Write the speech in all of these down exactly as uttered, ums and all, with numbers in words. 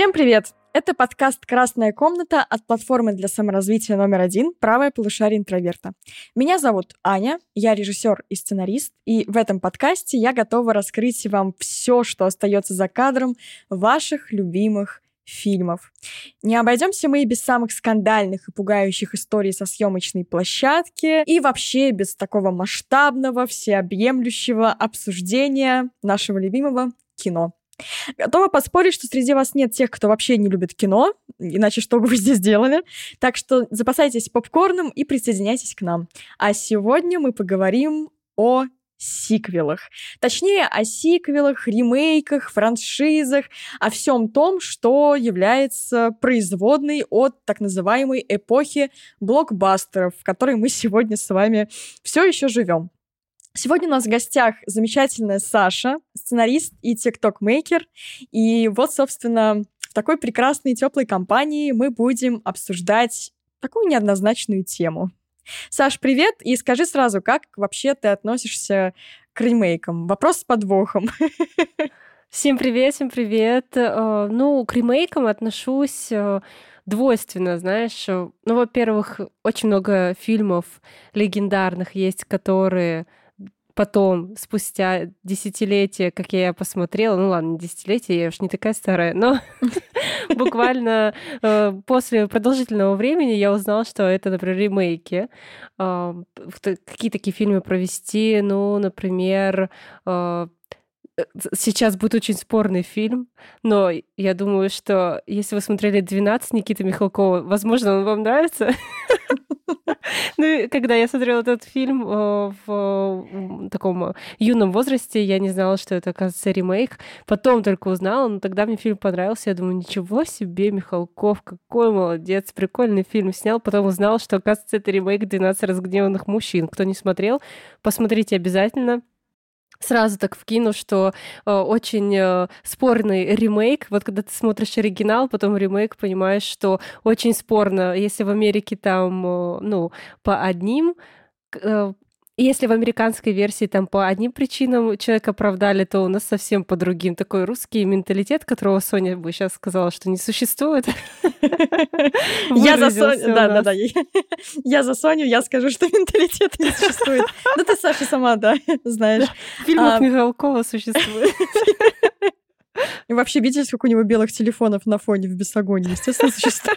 Всем привет! Это подкаст «Красная комната» от платформы для саморазвития номер один «Правое полушарие интроверта». Меня зовут Аня, я режиссер и сценарист, и в этом подкасте я готова раскрыть вам все, что остается за кадром ваших любимых фильмов. Не обойдемся мы и без самых скандальных и пугающих историй со съемочной площадки, и вообще без такого масштабного, всеобъемлющего обсуждения нашего любимого кино. Готова поспорить, что среди вас нет тех, кто вообще не любит кино, иначе что бы вы здесь делали. Так что запасайтесь попкорном и присоединяйтесь к нам. А сегодня мы поговорим о сиквелах. Точнее, о сиквелах, ремейках, франшизах, о всем том, что является производной от так называемой эпохи блокбастеров, в которой мы сегодня с вами все еще живем. Сегодня у нас в гостях замечательная Саша, сценарист и тикток-мейкер. И вот, собственно, в такой прекрасной и теплой компании мы будем обсуждать такую неоднозначную тему. Саш, привет! И скажи сразу, как вообще ты относишься к ремейкам? Вопрос с подвохом. Всем привет, всем привет. Ну, к ремейкам отношусь двойственно, знаешь. Ну, во-первых, очень много фильмов легендарных есть, которые потом, спустя десятилетия, как я посмотрела, ну ладно, не десятилетия, я уж не такая старая, но буквально после продолжительного времени я узнала, что это, например, ремейки. Какие такие фильмы провести? Ну, например, сейчас будет очень спорный фильм, но я думаю, что если вы смотрели «двенадцать» Никиты Михалкова, возможно, он вам нравится. Ну, когда я смотрела этот фильм в таком юном возрасте, я не знала, что это, оказывается, ремейк. Потом только узнала, но тогда мне фильм понравился. Я думаю, ничего себе, Михалков, какой молодец, прикольный фильм снял. Потом узнала, что, оказывается, это ремейк «двенадцать разгневанных мужчин». Кто не смотрел, посмотрите обязательно. Сразу так вкину, что э, очень э, спорный ремейк. Вот когда ты смотришь оригинал, потом ремейк, понимаешь, что очень спорно. Если в Америке там, э, ну, по одним... Э, если в американской версии там по одним причинам человека оправдали, то у нас совсем по другим. Такой русский менталитет, которого Соня бы сейчас сказала, что не существует. Я за Соню, да, да, да. Я за Соню, я скажу, что менталитет не существует. Ну ты, Саша, сама, да, знаешь. В фильмах Михалкова существует. И вообще, видите, сколько у него белых телефонов на фоне в «Бесогоне»? Естественно, существует.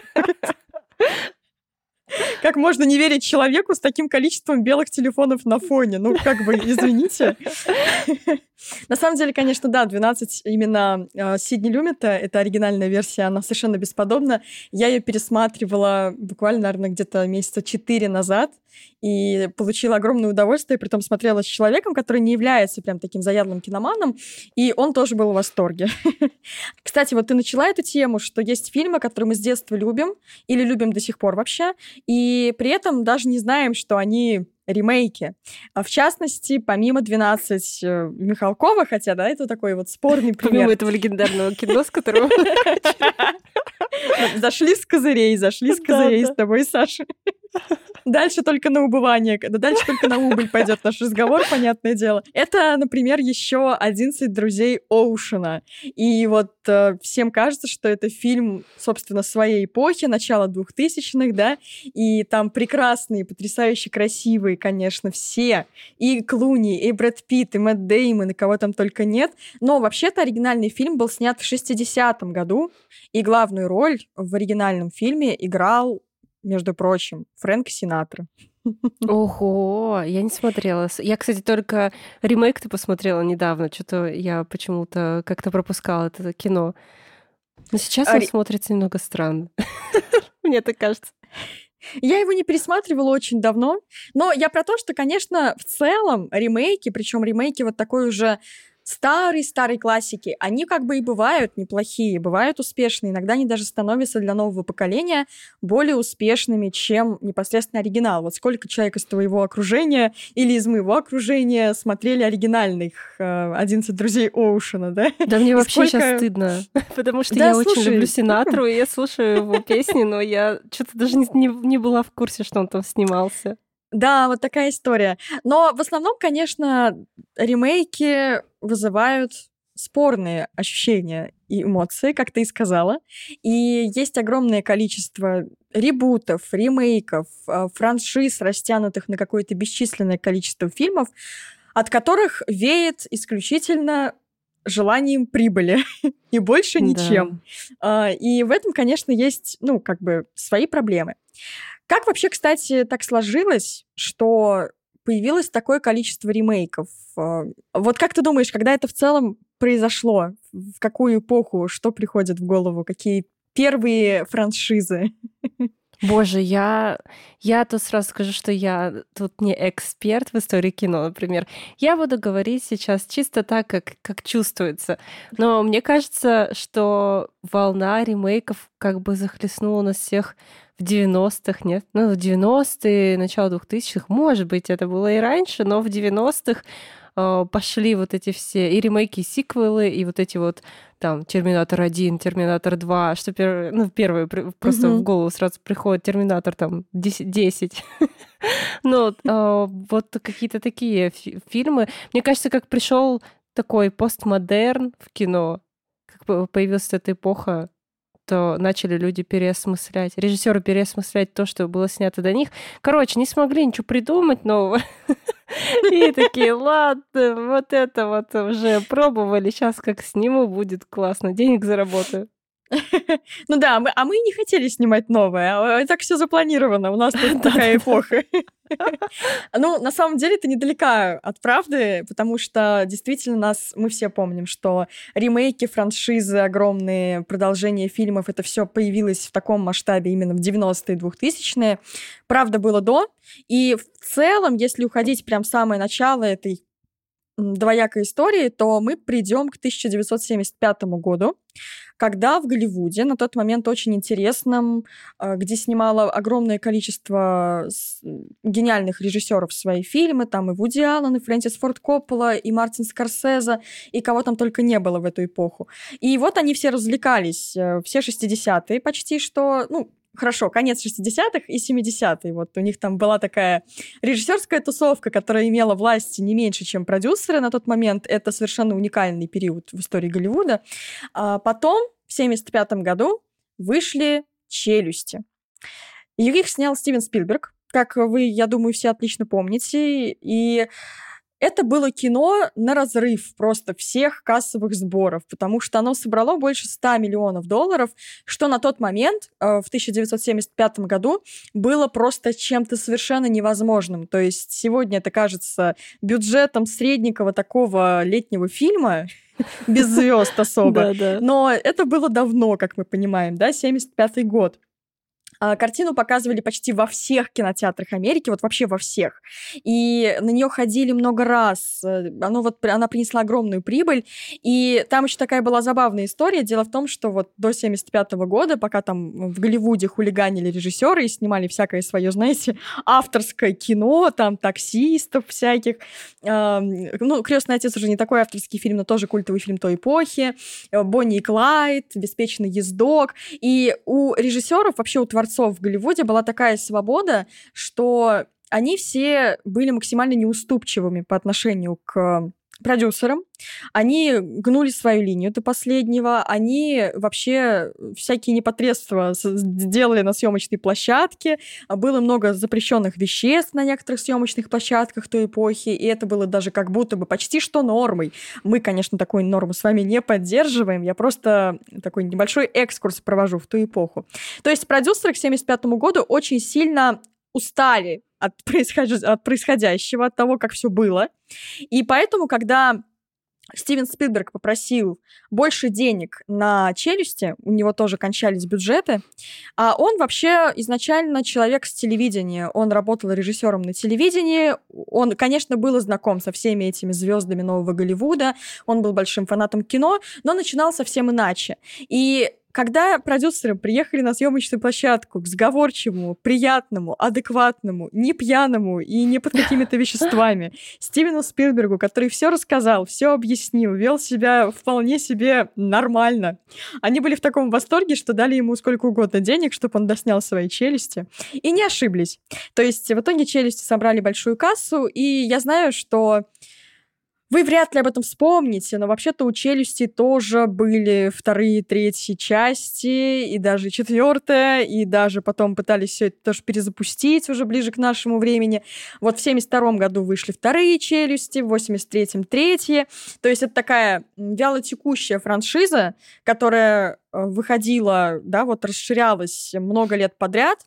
Как можно не верить человеку с таким количеством белых телефонов на фоне? Ну, как бы, извините. На самом деле, конечно, да, «двенадцать» именно э, Сидни Люмета, это оригинальная версия, она совершенно бесподобна. Я ее пересматривала буквально, наверное, где-то месяца четыре назад и получила огромное удовольствие, притом смотрела с человеком, который не является прям таким заядлым киноманом, и он тоже был в восторге. Кстати, вот ты начала эту тему, что есть фильмы, которые мы с детства любим или любим до сих пор вообще, и при этом даже не знаем, что они ремейки. А в частности, помимо «двенадцать» Михалкова, хотя, да, это такой вот спорный пример. Помимо этого легендарного кино, с которого... Зашли с козырей, зашли с козырей с тобой, Саша. Дальше только на убывание, дальше только на убыль пойдет наш разговор, понятное дело. Это, например, еще «одиннадцать друзей Оушена». И вот э, всем кажется, что это фильм, собственно, своей эпохи, начала двухтысячных, да, и там прекрасные, потрясающе красивые, конечно, все. И Клуни, и Брэд Питт, и Мэтт Дэймон, и кого там только нет. Но вообще-то оригинальный фильм был снят в шестидесятом году, и главную роль в оригинальном фильме играл, между прочим, Фрэнк Синатра. Ого, я не смотрела. Я, кстати, только ремейк-то посмотрела недавно. Что-то я почему-то как-то пропускала это кино. Но сейчас он а... смотрится немного странно. Мне так кажется. Я его не пересматривала очень давно, но я про то, что, конечно, в целом ремейки, причем ремейки вот такой уже старой-старой классики, они как бы и бывают неплохие, бывают успешные. Иногда они даже становятся для нового поколения более успешными, чем непосредственно оригинал. Вот сколько человек из твоего окружения или из моего окружения смотрели оригинальных э, «одиннадцать друзей Оушена», да? Да мне и вообще сколько... сейчас стыдно, потому что да, я слушай, очень люблю Синатру, и я слушаю его песни, но я что-то даже не, не была в курсе, что он там снимался. Да, вот такая история. Но в основном, конечно, ремейки вызывают спорные ощущения и эмоции, как ты и сказала. И есть огромное количество ребутов, ремейков, франшиз, растянутых на какое-то бесчисленное количество фильмов, от которых веет исключительно желанием прибыли и больше ничем. Да. И в этом, конечно, есть, ну, как бы свои проблемы. Как вообще, кстати, так сложилось, что появилось такое количество ремейков? Вот как ты думаешь, когда это в целом произошло? В какую эпоху? Что приходит в голову? Какие первые франшизы? Боже, я, я тут сразу скажу, что я тут не эксперт в истории кино, например. Я буду говорить сейчас чисто так, как, как чувствуется. Но мне кажется, что волна ремейков как бы захлестнула нас всех в девяностых, нет? Ну, в девяностые, начало двухтысячных, может быть, это было и раньше, но в девяностых э, пошли вот эти все и ремейки, и сиквелы, и вот эти вот там «Терминатор один», «Терминатор два», что первый, ну, первый просто mm-hmm. в голову сразу приходит «Терминатор» там десять. Ну, вот какие-то такие фильмы. Мне кажется, как пришел такой постмодерн в кино, как появилась эта эпоха, то начали люди переосмыслять, режиссеры переосмыслять то, что было снято до них. Короче, не смогли ничего придумать нового. И такие, ладно, вот это вот уже пробовали, сейчас как сниму, будет классно, денег заработаю. Ну да, мы, а мы не хотели снимать новое, а так все запланировано, у нас тут такая эпоха. Ну, на самом деле, это недалека от правды, потому что действительно нас, мы все помним, что ремейки, франшизы, огромные продолжения фильмов, это все появилось в таком масштабе именно в девяностые, двухтысячные. Правда, было до. И в целом, если уходить прям в самое начало этой двоякой истории, то мы придем к тысяча девятьсот семьдесят пятому году, когда в Голливуде, на тот момент очень интересном, где снимало огромное количество гениальных режиссеров свои фильмы, там и Вуди Аллен, и Фрэнсис Форд Коппола, и Мартин Скорсезе, и кого там только не было в эту эпоху. И вот они все развлекались, все шестидесятые почти что, ну, хорошо, конец шестидесятых и семидесятые. Вот у них там была такая режиссерская тусовка, которая имела власти не меньше, чем продюсеры на тот момент. Это совершенно уникальный период в истории Голливуда. А потом, в семьдесят пятом году, вышли «Челюсти». Их снял Стивен Спилберг, как вы, я думаю, все отлично помните. И это было кино на разрыв просто всех кассовых сборов, потому что оно собрало больше ста миллионов долларов, что на тот момент, в тысяча девятьсот семьдесят пятом году, было просто чем-то совершенно невозможным. То есть сегодня это кажется бюджетом среднего такого летнего фильма, без звезд особо. Но это было давно, как мы понимаем, да, семьдесят пятый год. Картину показывали почти во всех кинотеатрах Америки, вот вообще во всех. И на нее ходили много раз. Оно вот, она принесла огромную прибыль. И там еще такая была забавная история. Дело в том, что вот до семьдесят пятого года, пока там в Голливуде хулиганили режиссеры и снимали всякое свое, знаете, авторское кино, там таксистов всяких. Ну, «Крестный отец» уже не такой авторский фильм, но тоже культовый фильм той эпохи. «Бонни и Клайд», «Беспечный ездок». И у режиссеров, вообще у творцов в Голливуде была такая свобода, что они все были максимально неуступчивыми по отношению к продюсерам. Они гнули свою линию до последнего. Они вообще всякие непотребства делали на съемочной площадке. Было много запрещенных веществ на некоторых съемочных площадках той эпохи, и это было даже как будто бы почти что нормой. Мы, конечно, такой нормы с вами не поддерживаем. Я просто такой небольшой экскурс провожу в ту эпоху. То есть продюсеры к семьдесят пятому году очень сильно устали от, происход... от происходящего, от того, как все было. И поэтому, когда Стивен Спилберг попросил больше денег на «Челюсти», у него тоже кончались бюджеты, а он вообще изначально человек с телевидения, он работал режиссером на телевидении, он, конечно, был знаком со всеми этими звездами нового Голливуда, он был большим фанатом кино, но начинал совсем иначе. И когда продюсеры приехали на съемочную площадку к сговорчивому, приятному, адекватному, не пьяному и не под какими-то веществами Стивену Спилбергу, который все рассказал, все объяснил, вел себя вполне себе нормально, они были в таком восторге, что дали ему сколько угодно денег, чтобы он доснял свои «Челюсти, и не ошиблись. То есть в итоге «Челюсти» собрали большую кассу, и я знаю, что в Вы вряд ли об этом вспомните, но вообще-то у «Челюсти» тоже были вторые, третьи части, и даже четвертая, и даже потом пытались все это тоже перезапустить уже ближе к нашему времени. Вот в семьдесят втором году вышли вторые «Челюсти», в восемьдесят третьем третьи. То есть это такая вялотекущая франшиза, которая выходила, да, вот расширялась много лет подряд,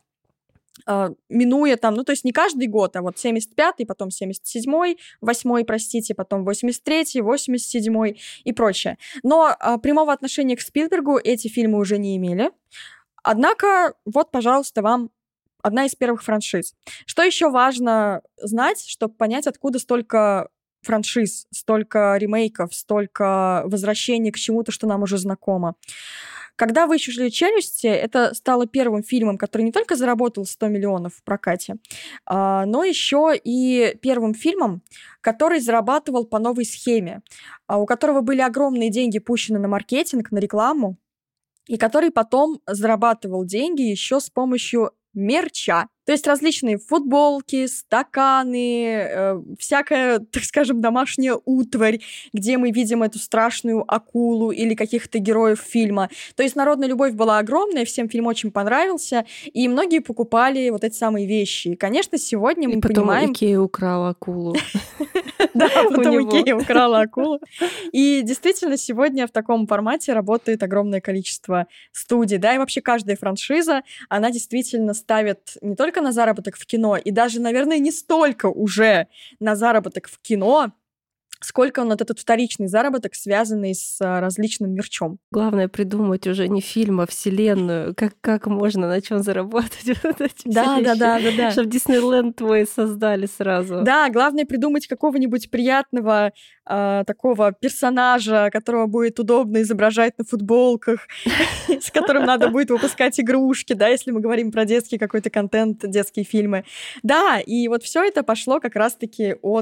минуя там, ну, то есть не каждый год, а вот семьдесят пятый, потом семьдесят седьмой, восьмой, простите, потом восемьдесят третий, восемьдесят седьмой и прочее. Но а, прямого отношения к Спилбергу эти фильмы уже не имели. Однако, вот, пожалуйста, вам одна из первых франшиз. Что еще важно знать, чтобы понять, откуда столько франшиз, столько ремейков, столько возвращений к чему-то, что нам уже знакомо. Когда вышли «Челюсти», это стало первым фильмом, который не только заработал сто миллионов в прокате, но еще и первым фильмом, который зарабатывал по новой схеме, у которого были огромные деньги пущены на маркетинг, на рекламу, и который потом зарабатывал деньги еще с помощью мерча. То есть различные футболки, стаканы, э, всякая, так скажем, домашняя утварь, где мы видим эту страшную акулу или каких-то героев фильма. То есть народная любовь была огромная, всем фильм очень понравился, и многие покупали вот эти самые вещи. И, конечно, сегодня мы понимаем... И потом Икея украла акулу. Да, потом Икея украла акулу. И действительно, сегодня в таком формате работает огромное количество студий, да, и вообще каждая франшиза, она действительно ставит не только на заработок в кино, и даже, наверное, не столько уже на заработок в кино, сколько он вот этот вторичный заработок, связанный с различным мерчом. Главное придумать уже не фильм, а вселенную. Как, как можно, на чем заработать вот эти да, да, да, да, да. Чтобы Диснейленд твой создали сразу. Да, главное придумать какого-нибудь приятного э, такого персонажа, которого будет удобно изображать на футболках, с которым надо будет выпускать игрушки, да, если мы говорим про детский какой-то контент, детские фильмы. Да, и вот все это пошло как раз-таки от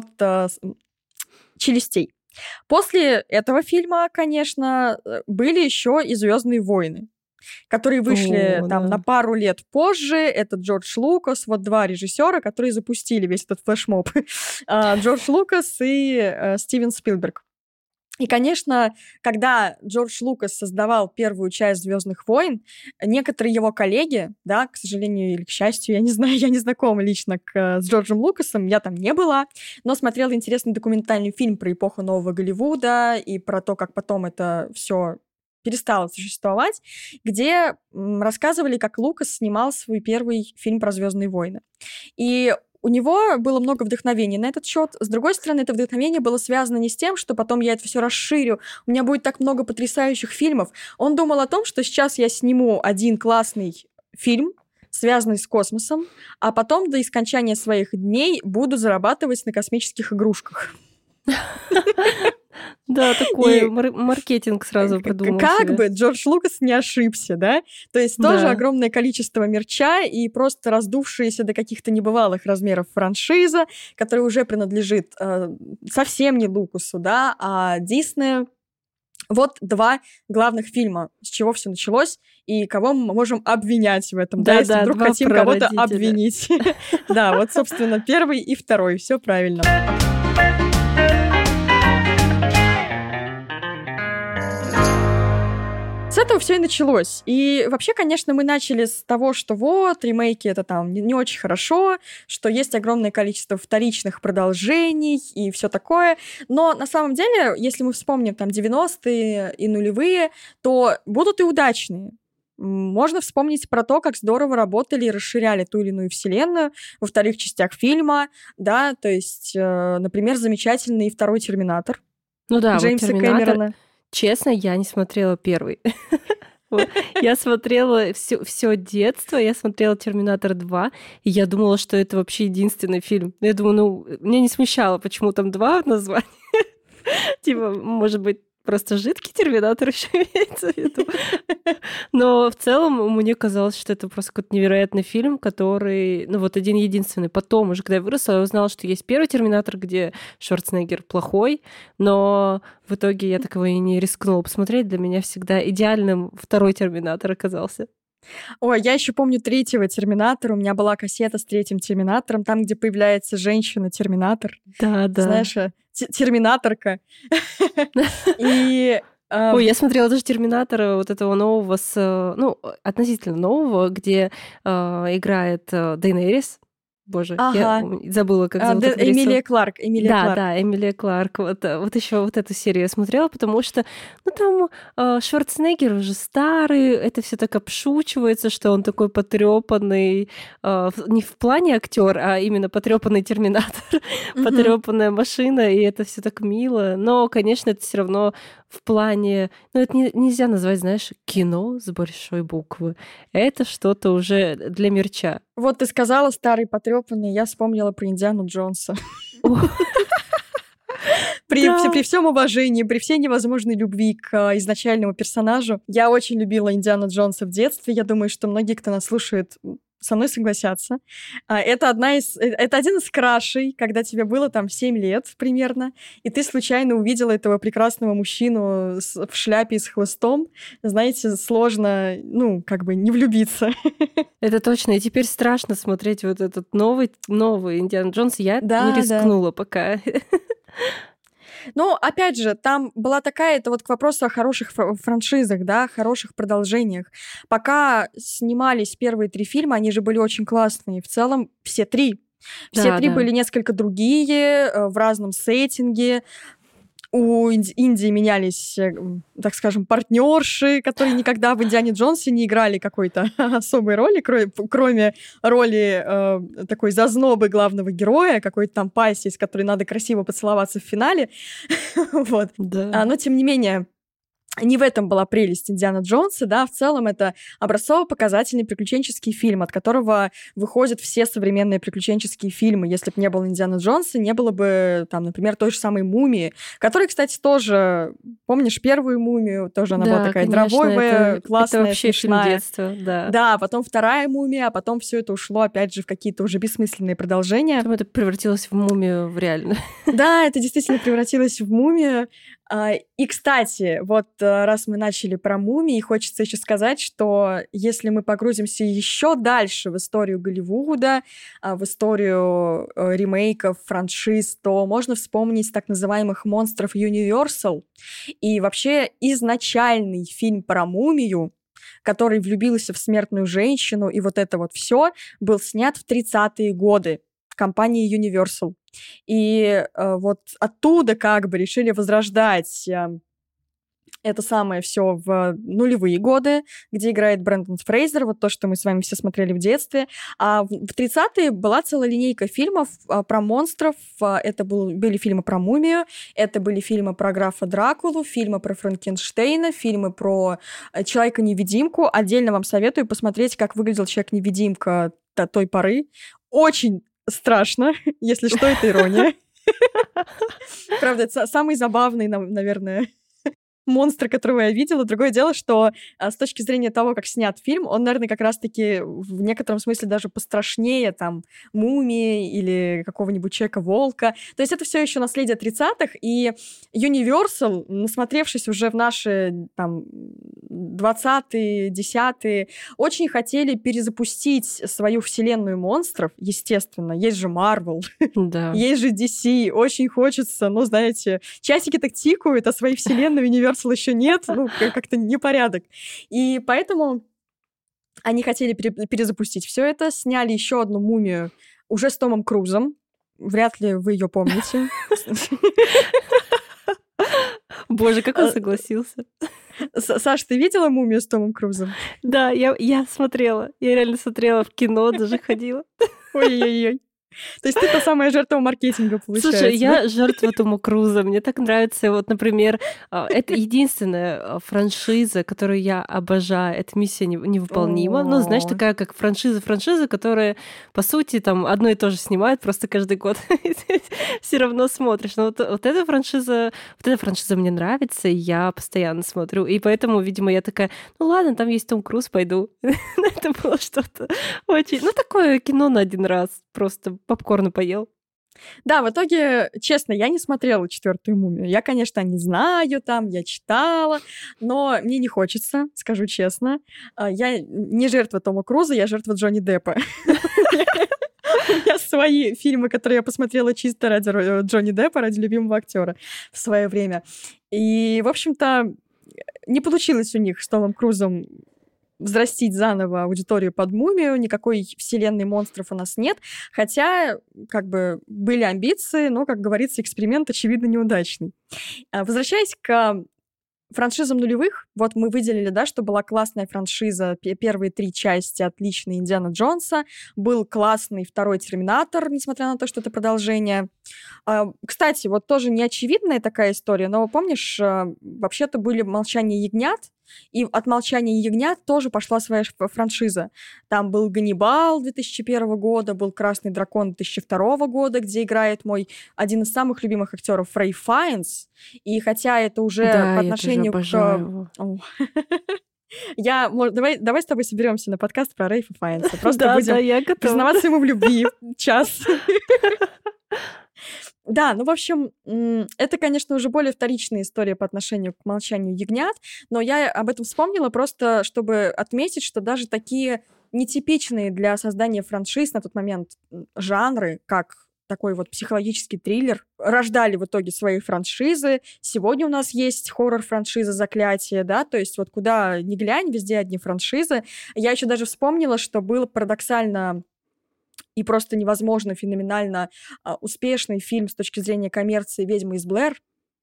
«Челюстей». После этого фильма, конечно, были еще и «Звездные войны», которые вышли О, там да. на пару лет позже. Это Джордж Лукас, вот два режиссера, которые запустили весь этот флешмоб. Джордж Лукас и Стивен Спилберг. И, конечно, когда Джордж Лукас создавал первую часть «Звездных войн», некоторые его коллеги, да, к сожалению или к счастью, я не знаю, я не знакома лично к, с Джорджем Лукасом, я там не была, но смотрела интересный документальный фильм про эпоху Нового Голливуда и про то, как потом это все перестало существовать, где рассказывали, как Лукас снимал свой первый фильм про «Звездные войны». И у него было много вдохновения на этот счет. С другой стороны, это вдохновение было связано не с тем, что потом я это все расширю, у меня будет так много потрясающих фильмов. Он думал о том, что сейчас я сниму один классный фильм, связанный с космосом, а потом до скончания своих дней буду зарабатывать на космических игрушках. Да, такой и мар- маркетинг сразу придумал. Как себе. бы Джордж Лукас не ошибся, да? То есть тоже да. огромное количество мерча и просто раздувшаяся до каких-то небывалых размеров франшиза, которая уже принадлежит э, совсем не Лукасу, да, а Диснею. Вот два главных фильма, с чего все началось, и кого мы можем обвинять в этом, да, да если да, вдруг хотим кого-то обвинить. Да, вот, собственно, первый и второй, все правильно. С этого все и началось. И вообще, конечно, мы начали с того, что вот, ремейки — это там не, не очень хорошо, что есть огромное количество вторичных продолжений и все такое. Но на самом деле, если мы вспомним там девяностые и нулевые, то будут и удачные. Можно вспомнить про то, как здорово работали и расширяли ту или иную вселенную во вторых частях фильма, да, то есть, э, например, замечательный второй «Терминатор» ну да, Джеймса вот «Терминатор», Кэмерона. Честно, я не смотрела первый. Я смотрела все детство, я смотрела «Терминатор два», и я думала, что это вообще единственный фильм. Я думаю, ну, меня не смущало, почему там два названия. Типа, может быть, просто жидкий терминатор еще имеется в виду. Но в целом мне казалось, что это просто какой-то невероятный фильм, который, ну вот один-единственный. Потом уже, когда я выросла, я узнала, что есть первый «Терминатор», где Шварценеггер плохой, но в итоге я такого и не рискнула посмотреть. Для меня всегда идеальным второй «Терминатор» оказался. Ой, я еще помню третьего Терминатора. У меня была кассета с третьим Терминатором, там, где появляется женщина-терминатор. Да, да. Знаешь, э, те- терминаторка. И э, Ой, я смотрела даже «Терминатора» вот этого нового, с, э, ну, относительно нового, где э, играет э, Дейнерис. Боже, я ага, ум- забыла, как А, зовут Дэ- актрису. Эмилия Кларк, Эмилия Да, Кларк. да, Эмилия Кларк. Вот, э, вот еще вот эту серию я смотрела, потому что, ну, там э, Шварценеггер уже старый, это все так обшучивается, что он такой потрепанный, э, в- не в плане актер, а именно потрепанный терминатор, Мгм. потрепанная машина, и это все так мило. Но, конечно, это все равно в плане, ну, это не- нельзя назвать, знаешь, кино с большой буквы. Это что-то уже для мерча. Вот ты сказала старый потрепанный, я вспомнила про Индиану Джонса. О, При, все- да. при всем уважении, при всей невозможной любви к а, изначальному персонажу, я очень любила Индиану Джонса в детстве. Я думаю, что многие, кто нас слушает, м, со мной согласятся. А, Это одна из, э, это один из крашей, когда тебе было там семь лет примерно, и ты случайно увидела этого прекрасного мужчину с- в шляпе и с хвостом. Знаете, сложно, ну, как бы не влюбиться. Это точно. И теперь страшно смотреть вот этот новый, новый Индиана Джонс. Я не Да, да. рискнула пока. Но, опять же, там была такая, это вот к вопросу о хороших фра- франшизах, да, хороших продолжениях. Пока снимались первые три фильма, они же были очень классные. В целом, все три. Все Да, три да. были несколько другие, э, в разном сеттинге. У Инди- Индии менялись, э, м, так скажем, партнерши, которые никогда в Индиане Джонсе не играли какой-то особой роли, кроме, кроме роли э, такой зазнобы главного героя, какой-то там пассии, с которой надо красиво поцеловаться в финале. Вот. Да. А, Но, тем не менее, не в этом была прелесть Индиана Джонса, да, в целом это образцово-показательный приключенческий фильм, от которого выходят все современные приключенческие фильмы. Если бы не было Индиана Джонса, не было бы, там, например, той же самой «Мумии», которая, кстати, тоже, помнишь первую «Мумию», тоже она была Да, такая конечно, драйвовая, это, это классная, вообще фильм смешная. детства, да. Да, потом вторая «Мумия», а потом все это ушло, опять же, в какие-то уже бессмысленные продолжения. Потом это превратилось в мумию в реально. Да, это действительно превратилось в мумию. А, И, кстати, вот э, раз мы начали про мумии, хочется еще сказать, что если мы погрузимся еще дальше в историю Голливуда, а, в историю э, ремейков, франшиз, то можно вспомнить так называемых монстров Universal. И вообще изначальный фильм про мумию, который влюбился в смертную женщину, и вот это вот все был снят в тридцатые годы компанией Universal. И э, вот оттуда как бы решили возрождать э, это самое все в нулевые годы, где играет Брэндон Фрейзер, вот то, что мы с вами все смотрели в детстве. А в в тридцатые была целая линейка фильмов а, про монстров. А, Это был- были фильмы про мумию, это были фильмы про графа Дракулу, фильмы про Франкенштейна, фильмы про э, Человека-невидимку. Отдельно вам советую посмотреть, как выглядел Человек-невидимка до той поры. Очень страшно, если что, это ирония. Правда, это са- самый забавный, нав- наверное, монстр, которого я видела. Другое дело, что а, с точки зрения того, как снят фильм, он, наверное, как раз-таки в некотором смысле даже пострашнее там «Мумии» или какого-нибудь «Человека-волка». То есть это все еще наследие тридцатых, и Universal, насмотревшись уже в наши там двадцатые, десятые, очень хотели перезапустить свою вселенную монстров, естественно. Есть же Marvel, Да. есть же ди си, очень хочется, ну, знаете, часики так тикают, а своей вселенной Universal еще нет, ну, к- как-то непорядок. И поэтому они хотели пере- перезапустить все это, сняли еще одну «Мумию» уже с Томом Крузом. Вряд ли вы ее помните. Боже, как он А, согласился. С- Саш, ты видела «Мумию» с Томом Крузом? Да, я, я смотрела. Я реально смотрела в кино, даже ходила. Ой-ой-ой. То есть ты та самая жертва маркетинга, получается. Слушай, да? я жертва Тома Круза. Мне так нравится, вот, например, а, это единственная а, франшиза, которую я обожаю. Это «Миссия не- невыполнима». Ну, знаешь, О. такая как франшиза-франшиза, которая, по сути, там одно и то же снимает просто каждый год. Все равно смотришь. Но вот, вот эта франшиза, вот эта франшиза мне нравится, и я постоянно смотрю. И поэтому, видимо, я такая, ну ладно, там есть Том Круз, пойду. Это было что-то очень... Ну, такое кино на один раз. Просто попкорна поел. Да, в итоге, честно, я не смотрела «Четвертую мумию». Я, конечно, не знаю там, я читала, но мне не хочется, скажу честно. А, Я не жертва Тома Круза, я жертва Джонни Деппа. У меня свои фильмы, которые я посмотрела чисто ради Ро- Джонни Деппа, ради любимого актера в свое время. И, в общем-то, не получилось у них с Томом Крузом взрастить заново аудиторию под «Мумию», никакой вселенной монстров у нас нет, хотя, как бы, были амбиции, но, как говорится, эксперимент, очевидно, неудачный. А, Возвращаясь к франшизам нулевых, вот мы выделили, да, что была классная франшиза, пе- первые три части отличные Индиана Джонса, был классный второй Терминатор, несмотря на то, что это продолжение. А, Кстати, вот тоже неочевидная такая история, но помнишь, а, вообще-то были «Молчание ягнят», и от «Молчания ягнят» тоже пошла своя ш- франшиза. Там был «Ганнибал» две тысячи первого года, был «Красный дракон» две тысячи второго года, где играет мой один из самых любимых актеров Рэй Файнс. И хотя это уже Да, по я тоже отношению обожаю к... его. О. Я, мо- давай, давай с тобой соберемся на подкаст про Рейфа Файнса. Просто Да, да, будем я готова. признаваться ему в любви час. Да, ну, в общем, м, это, конечно, уже более вторичная история по отношению к «Молчанию ягнят», но я об этом вспомнила просто, чтобы отметить, что даже такие нетипичные для создания франшиз на тот момент м, жанры, как такой вот психологический триллер, рождали в итоге свои франшизы. Сегодня у нас есть хоррор-франшиза «Заклятие», да, то есть вот куда ни глянь, везде одни франшизы. Я еще даже вспомнила, что было парадоксально и просто невозможно феноменально а, успешный фильм с точки зрения коммерции «Ведьма из Блэр».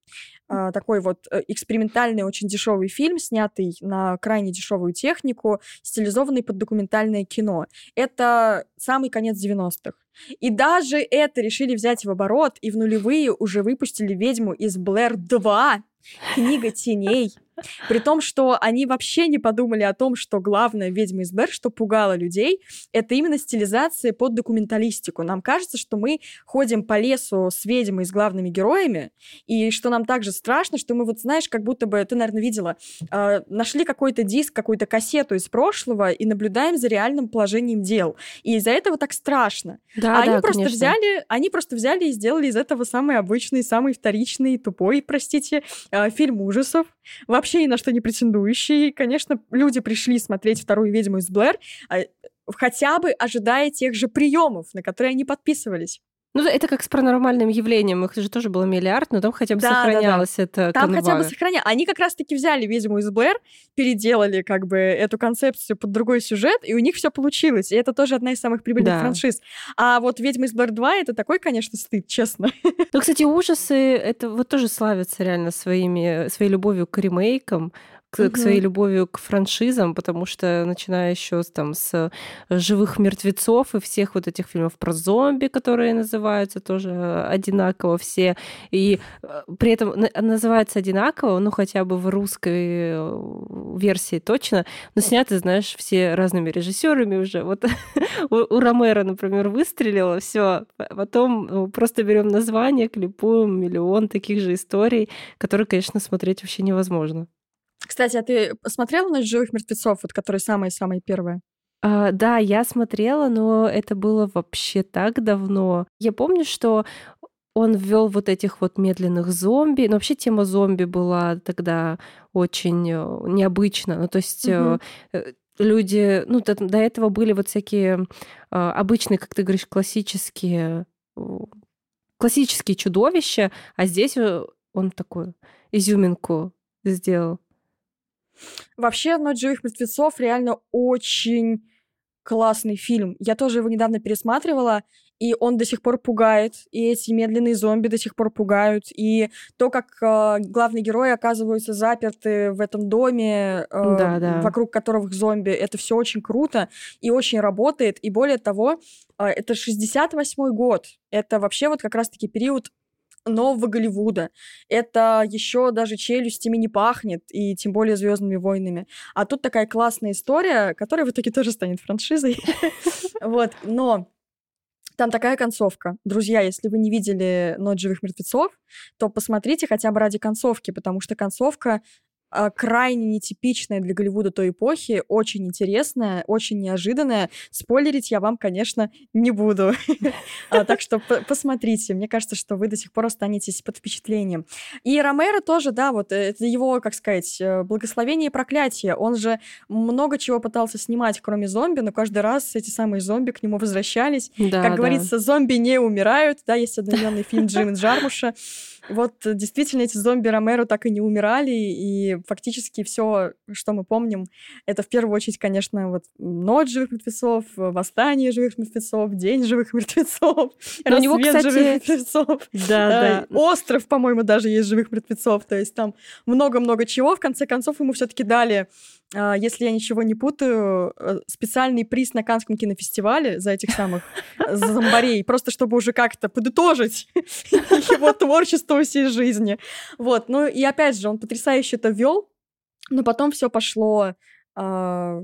А, такой вот э, экспериментальный, очень дешевый фильм, снятый на крайне дешевую технику, стилизованный под документальное кино. Это самый конец девяностых. И даже это решили взять в оборот, и в нулевые уже выпустили «Ведьму из Блэр два», «Книга теней». При том, что они вообще не подумали о том, что главная «Ведьма из Блэр», что пугало людей, это именно стилизация под документалистику. Нам кажется, что мы ходим по лесу с ведьмой, с главными героями, и что нам также страшно, что мы вот, знаешь, как будто бы, ты, наверное, видела, э, нашли какой-то диск, какую-то кассету из прошлого и наблюдаем за реальным положением дел. И из-за этого так страшно. Да, А они да, просто конечно. взяли, они просто взяли и сделали из этого самый обычный, самый вторичный, тупой, простите, э, фильм ужасов, вообще ни на что не претендующий. Конечно, люди пришли смотреть вторую «Ведьму из Блэр», а, хотя бы ожидая тех же приемов, на которые они подписывались. Ну, это как с паранормальным явлением. Их же тоже было миллиард, но там хотя бы Да, да, да. сохранялась эта Там хотя бы канва. сохраняли. Они как раз-таки взяли «Ведьму из Блэр», переделали как бы эту концепцию под другой сюжет, и у них все получилось. И это тоже одна из самых прибыльных Да. франшиз. А вот «Ведьма из Блэр два» — это такой, конечно, стыд, честно. Ну, кстати, ужасы, это вот тоже славятся реально своими, своей любовью к ремейкам, к, к своей Мгм. любовью к франшизам, потому что начиная еще с, там, с «Живых мертвецов» и всех вот этих фильмов про зомби, которые называются тоже одинаково все, и э, при этом на- называются одинаково, ну, хотя бы в русской э, версии точно, но сняты, знаешь, все разными режиссерами уже. Вот у, у Ромеро, например, выстрелило, все, потом ну, просто берем название, клипуем миллион таких же историй, которые, конечно, смотреть вообще невозможно. Кстати, а ты посмотрела на «Живых мертвецов», вот которые самые-самые первые? А, да, я смотрела, но это было вообще так давно. Я помню, что он ввел вот этих вот медленных зомби. Но вообще тема зомби была тогда очень э, необычна. Ну, то есть э, Мгм. э, люди... Ну, до, до этого были вот всякие э, обычные, как ты говоришь, классические, э, классические чудовища, а здесь э, он такую изюминку сделал. Вообще, «Ночь живых мертвецов» реально очень классный фильм. Я тоже его недавно пересматривала, и он до сих пор пугает, и эти медленные зомби до сих пор пугают, и то, как э, главные герои оказываются заперты в этом доме, э, Да, да. вокруг которых зомби, это все очень круто и очень работает. И более того, э, это шестьдесят восьмой год. Это вообще вот как раз-таки период нового Голливуда. Это еще даже «Челюстями» не пахнет, и тем более «Звездными войнами». А тут такая классная история, которая в итоге тоже станет франшизой. Вот, но там такая концовка. Друзья, если вы не видели «Ночь живых мертвецов», то посмотрите хотя бы ради концовки, потому что концовка э, крайне нетипичная для Голливуда той эпохи, очень интересная, очень неожиданная. Спойлерить я вам, конечно, не буду. Так что посмотрите. Мне кажется, что вы до сих пор останетесь под впечатлением. И Ромеро тоже, да, вот это его, как сказать, благословение и проклятие. Он же много чего пытался снимать, кроме зомби, но каждый раз эти самые зомби к нему возвращались. Да, как да. говорится, зомби не умирают. Да, есть одноименный фильм Джима Джармуша. Вот действительно эти зомби Ромеро так и не умирали, и фактически все, что мы помним, это в первую очередь, конечно, вот «Ночь живых мертвецов», «Восстание живых мертвецов», «День живых мертвецов», Но у него, «Рассвет кстати, живых мертвецов», Да, да. «Остров», по-моему, даже есть живых мертвецов, то есть там много-много чего. В конце концов, ему все-таки дали, а, если я ничего не путаю, э, специальный приз на Каннском кинофестивале за этих самых зомбарей, просто чтобы уже как-то подытожить его творчество всей жизни. Вот, ну и опять же, он потрясающе это вел, но потом все пошло, а,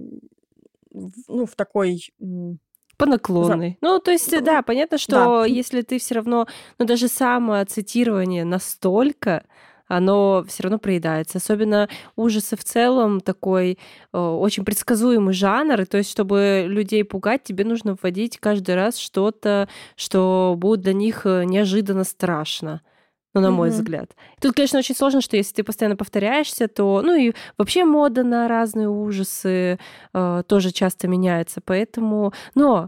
в- ну, в такой... м, По за- наклонной. Ну, то есть, ну, да, понятно, да. что если ты все равно, ну, даже самоцитирование настолько, оно все равно проедается. Особенно ужасы в целом такой э, очень предсказуемый жанр. И то есть, чтобы людей пугать, тебе нужно вводить каждый раз что-то, что будет для них э, неожиданно страшно. Ну, на мой Мгм. взгляд. Тут, конечно, очень сложно, что если ты постоянно повторяешься, то... Ну, и вообще мода на разные ужасы э, тоже часто меняется. Поэтому... Но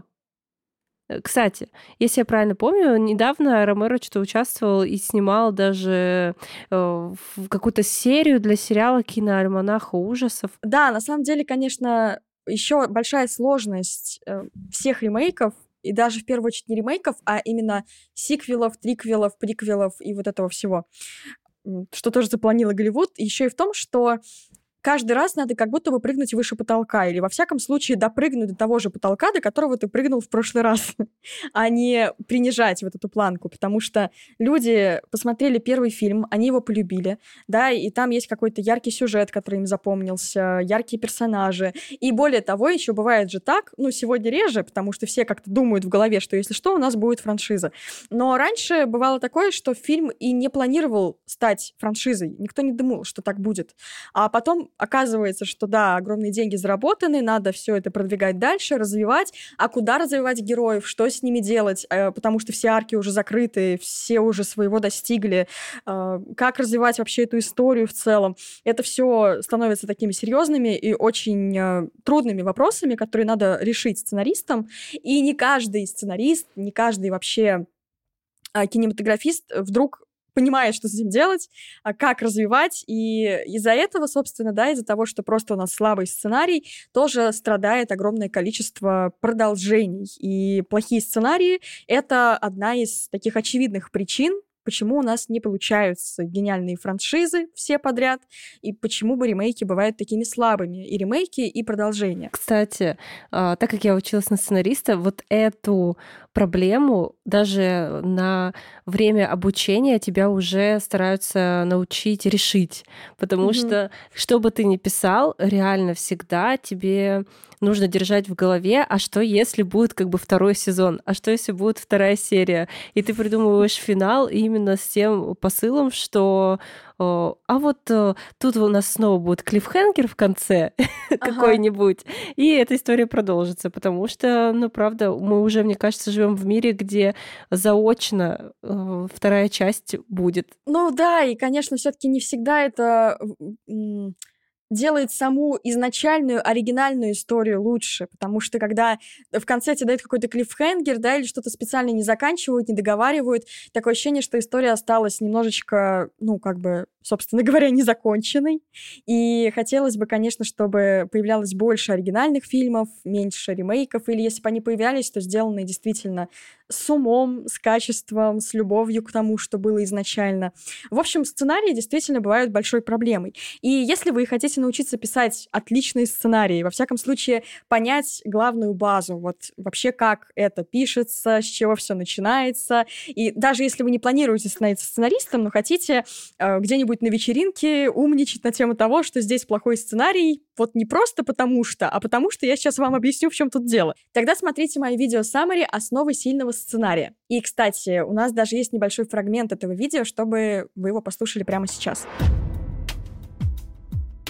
Э, Кстати, если я правильно помню, недавно Ромеро что-то участвовал и снимал даже э, в какую-то серию для сериала «Киноальманаха ужасов». Да, на самом деле, конечно, еще большая сложность э, всех ремейков, и даже в первую очередь не ремейков, а именно сиквелов, триквелов, приквелов и вот этого всего, м, что тоже запланил Голливуд, еще и в том, что каждый раз надо как будто бы прыгнуть выше потолка, или во всяком случае допрыгнуть до того же потолка, до которого ты прыгнул в прошлый раз, а не принижать вот эту планку, потому что люди посмотрели первый фильм, они его полюбили, да, и там есть какой-то яркий сюжет, который им запомнился, яркие персонажи, и более того, еще бывает же так, ну, сегодня реже, потому что все как-то думают в голове, что если что, у нас будет франшиза, но раньше бывало такое, что фильм и не планировал стать франшизой, никто не думал, что так будет, а потом оказывается, что да, огромные деньги заработаны, надо все это продвигать дальше, развивать. А куда развивать героев, что с ними делать, э, потому что все арки уже закрыты, все уже своего достигли. Э, Как развивать вообще эту историю в целом? Это все становится такими серьезными и очень э, трудными вопросами, которые надо решить сценаристам. И не каждый сценарист, не каждый вообще а, кинематографист вдруг понимает, что с этим делать, а как развивать, и из-за этого, собственно, да, из-за того, что просто у нас слабый сценарий, тоже страдает огромное количество продолжений. И плохие сценарии — это одна из таких очевидных причин, почему у нас не получаются гениальные франшизы все подряд, и почему бы ремейки бывают такими слабыми. И ремейки, и продолжения. Кстати, а, так как я училась на сценариста, вот эту проблему даже на время обучения тебя уже стараются научить решить. Потому Мгм. что, что бы ты ни писал, реально всегда тебе нужно держать в голове, а что если будет как бы второй сезон, а что если будет вторая серия, и ты придумываешь финал именно с тем посылом, что о, а вот э, тут у нас снова будет клиффхенгер в конце Ага. какой-нибудь, и эта история продолжится, потому что, ну, правда, мы уже, мне кажется, живем в мире, где заочно э, вторая часть будет. Ну да, и, конечно, все-таки не всегда это м, делает саму изначальную оригинальную историю лучше, потому что когда в конце тебе дают какой-то клиффхенгер, да, или что-то специально не заканчивают, не договаривают, такое ощущение, что история осталась немножечко, ну, как бы, собственно говоря, незаконченной. И хотелось бы, конечно, чтобы появлялось больше оригинальных фильмов, меньше ремейков, или если бы они появлялись, то сделанные действительно с умом, с качеством, с любовью к тому, что было изначально. В общем, сценарии действительно бывают большой проблемой. И если вы хотите научиться писать отличные сценарии, во всяком случае, понять главную базу, вот вообще как это пишется, с чего все начинается, и даже если вы не планируете становиться сценаристом, но хотите э, где-нибудь на вечеринке умничать на тему того, что здесь плохой сценарий, вот не просто потому что, а потому что я сейчас вам объясню, в чем тут дело. Тогда смотрите мои видео summary «Основы сильного сценария». И, кстати, у нас даже есть небольшой фрагмент этого видео, чтобы вы его послушали прямо сейчас.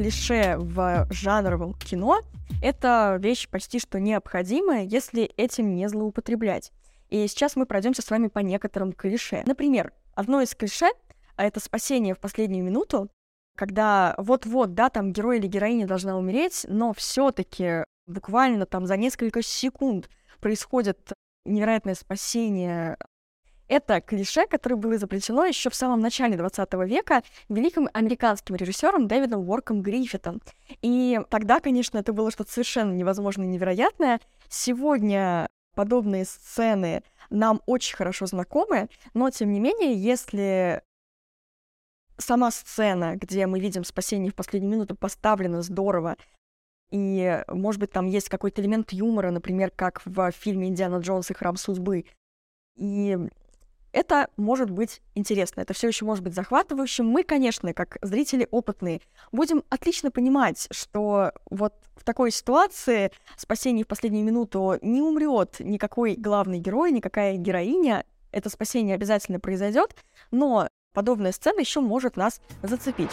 клише в жанровом кино — это вещь почти что необходимая, если этим не злоупотреблять. И сейчас мы пройдемся с вами по некоторым клише. Например, одно из клише — это спасение в последнюю минуту, когда вот-вот, да, там герой или героиня должна умереть, но все-таки буквально там за несколько секунд происходит невероятное спасение. Это клише, которое было изобретено еще в самом начале двадцатого века великим американским режиссером Дэвидом Уорком Гриффитом. И тогда, конечно, это было что-то совершенно невозможное и невероятное. Сегодня подобные сцены нам очень хорошо знакомы, но, тем не менее, если сама сцена, где мы видим спасение в последнюю минуту, поставлена здорово, и, может быть, там есть какой-то элемент юмора, например, как в фильме «Индиана Джонс и храм судьбы», и это может быть интересно, это все еще может быть захватывающим. Мы, конечно, как зрители опытные, будем отлично понимать, что вот в такой ситуации спасение в последнюю минуту не умрет никакой главный герой, никакая героиня. Это спасение обязательно произойдет, но подобная сцена еще может нас зацепить.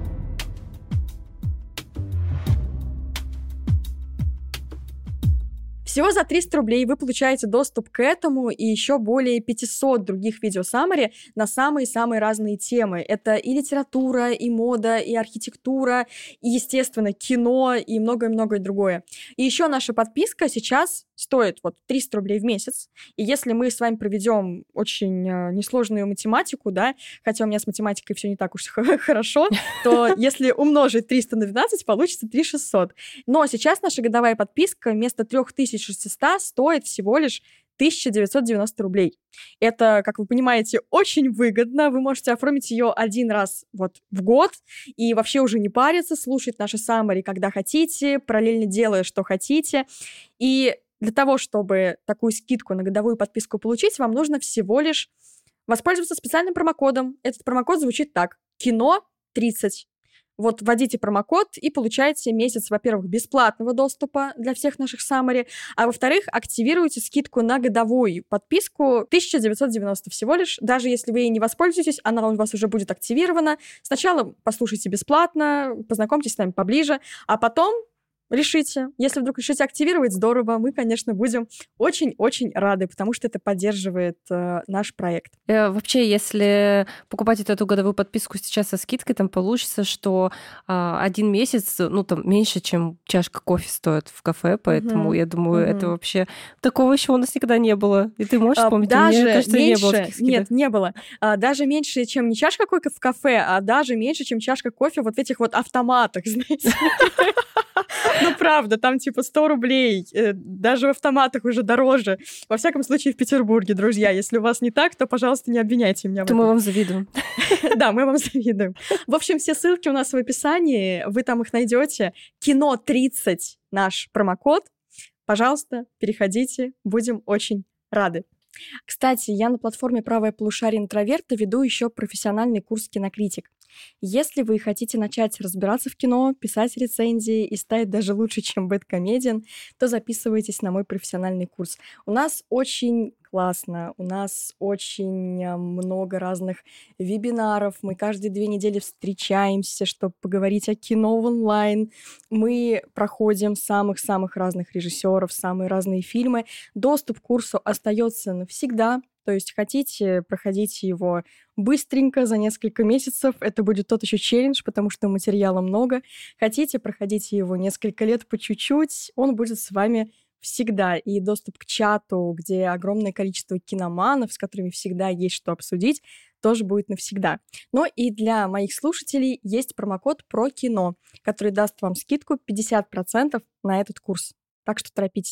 Всего за триста рублей вы получаете доступ к этому и еще более пятьсот других видео-саммари на самые-самые разные темы. Это и литература, и мода, и архитектура, и, естественно, кино, и многое-многое другое. И еще наша подписка сейчас стоит вот триста рублей в месяц. И если мы с вами проведем очень э, несложную математику, да, хотя у меня с математикой все не так уж хорошо, то если умножить триста на двенадцать, получится три тысячи шестьсот. Но сейчас наша годовая подписка вместо три тысячи шестьсот стоит всего лишь тысяча девятьсот девяносто рублей. Это, как вы понимаете, очень выгодно. Вы можете оформить ее один раз вот в год и вообще уже не париться, слушать наши саммари, когда хотите, параллельно делая, что хотите. И для того, чтобы такую скидку на годовую подписку получить, вам нужно всего лишь воспользоваться специальным промокодом. Этот промокод звучит так: кино тридцать. Вот вводите промокод и получаете месяц, во-первых, бесплатного доступа для всех наших саммари, а во-вторых, активируйте скидку на годовую подписку тысяча девятьсот девяносто всего лишь. Даже если вы ей не воспользуетесь, она у вас уже будет активирована. Сначала послушайте бесплатно, познакомьтесь с нами поближе, а потом решите. Если вдруг решите активировать, здорово. Мы, конечно, будем очень-очень рады, потому что это поддерживает э, наш проект. Э, вообще, если покупать эту годовую подписку сейчас со скидкой, там получится, что э, один месяц, ну, там, меньше, чем чашка кофе стоит в кафе, поэтому uh-huh. я думаю, uh-huh. это вообще... Такого еще у нас никогда не было. И ты можешь вспомнить? Даже Мне кажется, меньше... не было таких скидок. Нет, не было. А, даже меньше, чем не чашка кофе в кафе, а даже меньше, чем чашка кофе вот в этих вот автоматах, знаете. Ну, правда, там типа сто рублей, даже в автоматах уже дороже. Во всяком случае, в Петербурге, друзья. Если у вас не так, то, пожалуйста, не обвиняйте меня в этом. То мы вам завидуем. Да, мы вам завидуем. В общем, все ссылки у нас в описании, вы там их найдете. кино тридцать наш промокод. Пожалуйста, переходите, будем очень рады. Кстати, я на платформе «Правое полушарие интроверта» веду еще профессиональный курс «Кинокритик». Если вы хотите начать разбираться в кино, писать рецензии и стать даже лучше, чем бэдкомедиан, то записывайтесь на мой профессиональный курс. У нас очень классно, у нас очень много разных вебинаров, мы каждые две недели встречаемся, чтобы поговорить о кино в онлайн. Мы проходим самых-самых разных режиссеров, самые разные фильмы. Доступ к курсу остается навсегда. То есть хотите, проходите его быстренько, за несколько месяцев. Это будет тот еще челлендж, потому что материала много. Хотите, проходите его несколько лет по чуть-чуть. Он будет с вами всегда. И доступ к чату, где огромное количество киноманов, с которыми всегда есть что обсудить, тоже будет навсегда. Но и для моих слушателей есть промокод ПРОКИНО, который даст вам скидку пятьдесят процентов на этот курс. Так что торопитесь.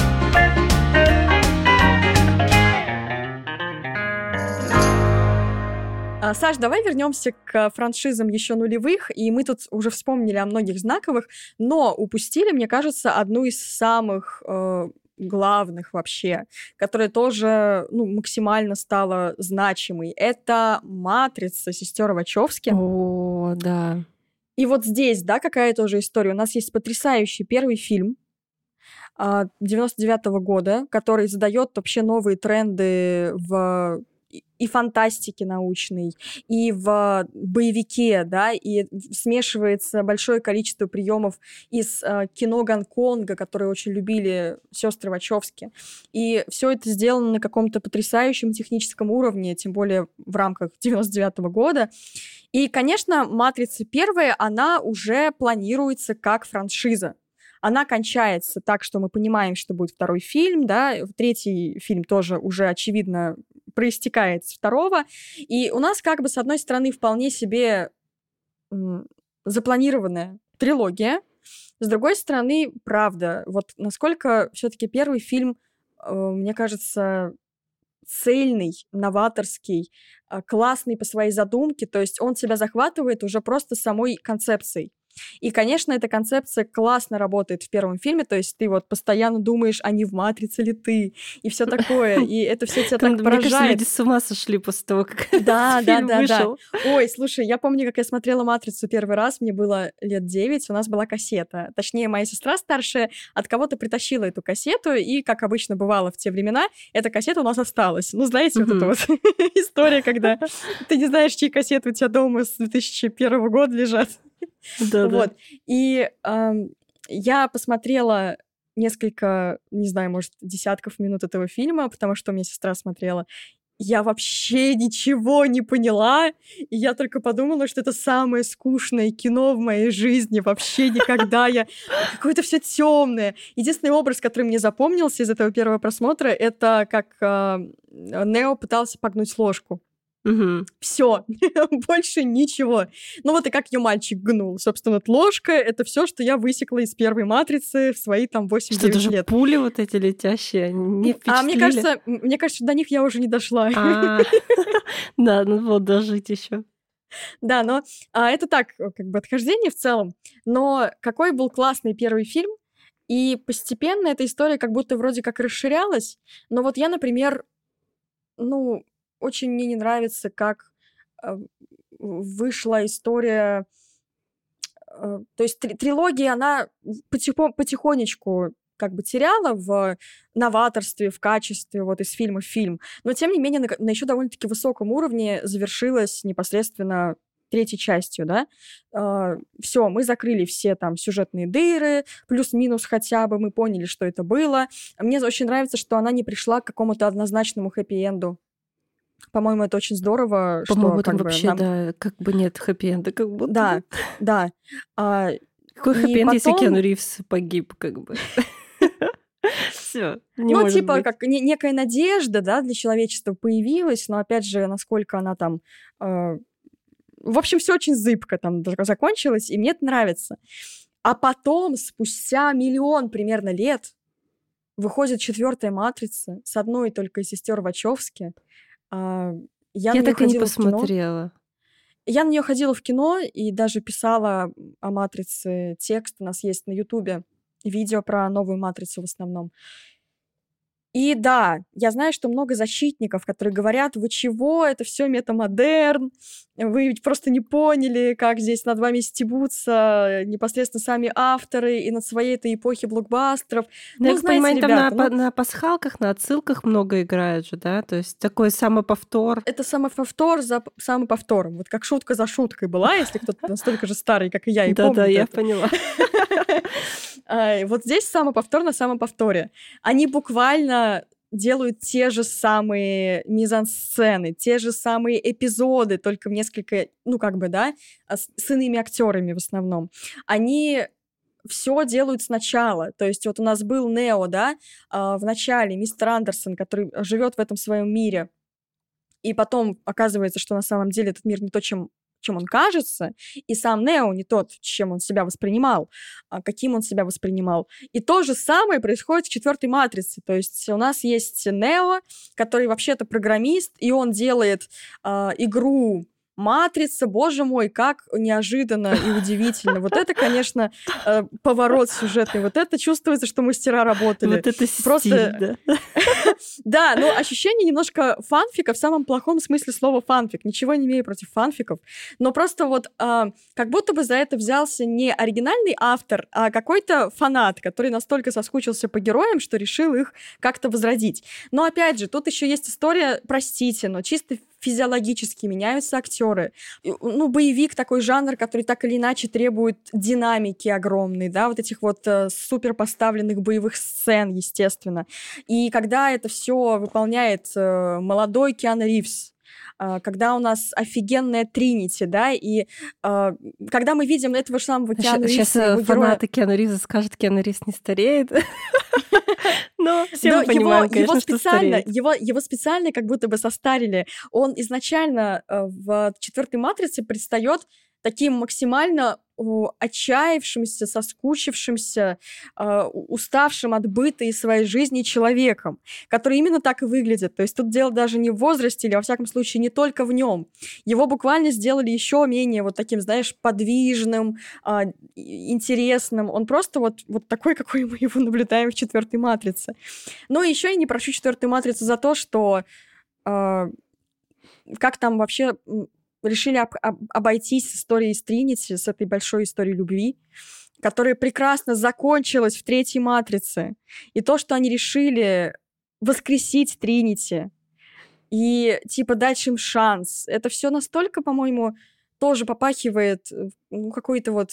Саш, давай вернемся к франшизам еще нулевых, и мы тут уже вспомнили о многих знаковых, но упустили, мне кажется, одну из самых э, главных вообще, которая тоже ну, максимально стала значимой. Это «Матрица» сестер Вачовски. О, да. И вот здесь, да, какая тоже история. У нас есть потрясающий первый фильм девяносто девятого года, который задает вообще новые тренды в и фантастике научной, и в боевике, да, и смешивается большое количество приемов из э, кино Гонконга, которые очень любили сестры Вачовски. И все это сделано на каком-то потрясающем техническом уровне, тем более в рамках девяносто девятого года. И, конечно, «Матрица» первая, она уже планируется как франшиза. Она кончается так, что мы понимаем, что будет второй фильм, да, третий фильм тоже уже, очевидно, проистекает с второго, и у нас как бы, с одной стороны, вполне себе м, запланированная трилогия, с другой стороны, правда, вот насколько все-таки первый фильм, э, мне кажется, цельный, новаторский, э, классный по своей задумке, то есть он тебя захватывает уже просто самой концепцией. И, конечно, эта концепция классно работает в первом фильме, то есть ты вот постоянно думаешь, а не в «Матрице» ли ты, и все такое, и это все тебя так поражает. Мне кажется, люди с ума сошли после того, как да, фильм да, вышел. Да. Ой, слушай, я помню, как я смотрела «Матрицу» первый раз, мне было лет девять, у нас была кассета. Точнее, моя сестра старшая от кого-то притащила эту кассету, и, как обычно бывало в те времена, эта кассета у нас осталась. Ну, знаете, вот эта вот история, когда ты не знаешь, чьи кассеты у тебя дома с две тысячи первого года лежат. Да, вот. да. И эм, я посмотрела несколько, не знаю, может, десятков минут этого фильма, потому что у меня сестра смотрела. Я вообще ничего не поняла, и я только подумала, что это самое скучное кино в моей жизни. Вообще никогда я... Какое-то все темное. Единственный образ, который мне запомнился из этого первого просмотра, это как э, Нео пытался погнуть ложку. Угу. Все, больше ничего. Ну вот и как ее мальчик гнул. Собственно, вот ложка — это все, что я высекла из первой «Матрицы» в свои там восемь-девять Что, даже лет. пули вот эти летящие не впечатлили? А мне кажется, мне кажется, до них я уже не дошла. А, да, ну вот дожить еще. Да, но а, это так, как бы отхождение в целом. Но какой был классный первый фильм, и постепенно эта история как будто вроде как расширялась. Но вот я, например, ну, очень мне не нравится, как э, вышла история. Э, то есть три- трилогия, она потихо- потихонечку как бы теряла в новаторстве, в качестве, вот из фильма в фильм. Но, тем не менее, на, на еще довольно-таки высоком уровне завершилась непосредственно третьей частью, да. Э, все, мы закрыли все там сюжетные дыры, плюс-минус хотя бы, мы поняли, что это было. Мне очень нравится, что она не пришла к какому-то однозначному хэппи-энду. По-моему, это очень здорово, По-моему, что там как бы вообще, нам... да, как бы нет хэппи-энда, как будто. Да, да. А, Какой и хэппи-энд, если потом- Киану Ривз погиб, как бы? Все, не ну, может типа, быть. как не- некая надежда, да, для человечества появилась, но, опять же, насколько она там... э, В общем, все очень зыбко там д- закончилось, и мне это нравится. А потом, спустя миллион примерно лет, выходит четвертая «Матрица» с одной только из сестер Вачовски. А, Я, Я на неё так и не ходила в кино. посмотрела. Я на нее ходила в кино и даже писала о «Матрице» текст. У нас есть на Ютубе видео про новую «Матрицу» в основном. И да, я знаю, что много защитников, которые говорят: вы чего, это все метамодерн, вы ведь просто не поняли, как здесь над вами стебутся непосредственно сами авторы и над своей этой эпохи блокбастеров. Ну, я Ну, так знаете, понимаю, там ребята, на, ну, на пасхалках, на отсылках много играют же, да? То есть такой самоповтор. это самоповтор за п- самоповтором. Вот как шутка за шуткой была, если кто-то настолько же старый, как и я, и Да-да, помнит я это. поняла. А, Вот здесь самоповтор на самоповторе. Они буквально делают те же самые мизансцены, те же самые эпизоды, только в несколько, ну, как бы, да, а с с иными актерами в основном. Они все делают сначала. То есть вот у нас был Нео, да, а, в начале, мистер Андерсон, который живет в этом своем мире, и потом оказывается, что на самом деле этот мир не то, чем чем он кажется, и сам Нео не тот, чем он себя воспринимал, а каким он себя воспринимал. И то же самое происходит в четвертой «Матрице». То есть у нас есть Нео, который вообще-то программист, и он делает а, игру «Матрица», боже мой, как неожиданно и удивительно. Вот это, конечно, э, поворот сюжетный. Вот это чувствуется, что мастера работали. Вот это стиль, Просто... да. Да, но ощущение немножко фанфика в самом плохом смысле слова фанфик. Ничего не имею против фанфиков. Но просто вот э, как будто бы за это взялся не оригинальный автор, а какой-то фанат, который настолько соскучился по героям, что решил их как-то возродить. Но опять же, тут еще есть история, простите, но чисто физиологически меняются актеры. Ну, боевик такой жанр, который так или иначе требует динамики огромной, да, вот этих вот э, супер поставленных боевых сцен, естественно. И когда это все выполняет э, молодой Киану Ривз, э, когда у нас офигенная Тринити, да, и э, когда мы видим этого же самого Киану Ривза... Сейчас фанаты Киану Ривза скажут, Киану Ривз не стареет. Но все мы понимаем, конечно, что стареет. Его, его специально как будто бы состарили. Он изначально э, в четвертой «Матрице» предстает таким максимально э, отчаявшимся, соскучившимся, э, уставшим от быта и своей жизни человеком, который именно так и выглядит. То есть тут дело даже не в возрасте, или, во всяком случае, не только в нем. Его буквально сделали еще менее вот таким, знаешь, подвижным, э, интересным. Он просто вот, вот такой, какой мы его наблюдаем в четвертой «Матрице». Но еще я не прошу четвертую «Матрицу» за то, что э, как там вообще... решили об- об- обойтись с историей с Тринити, с этой большой историей любви, которая прекрасно закончилась в третьей «Матрице». И то, что они решили воскресить Тринити и, типа, дать им шанс, это все настолько, по-моему, тоже попахивает ну, какой-то вот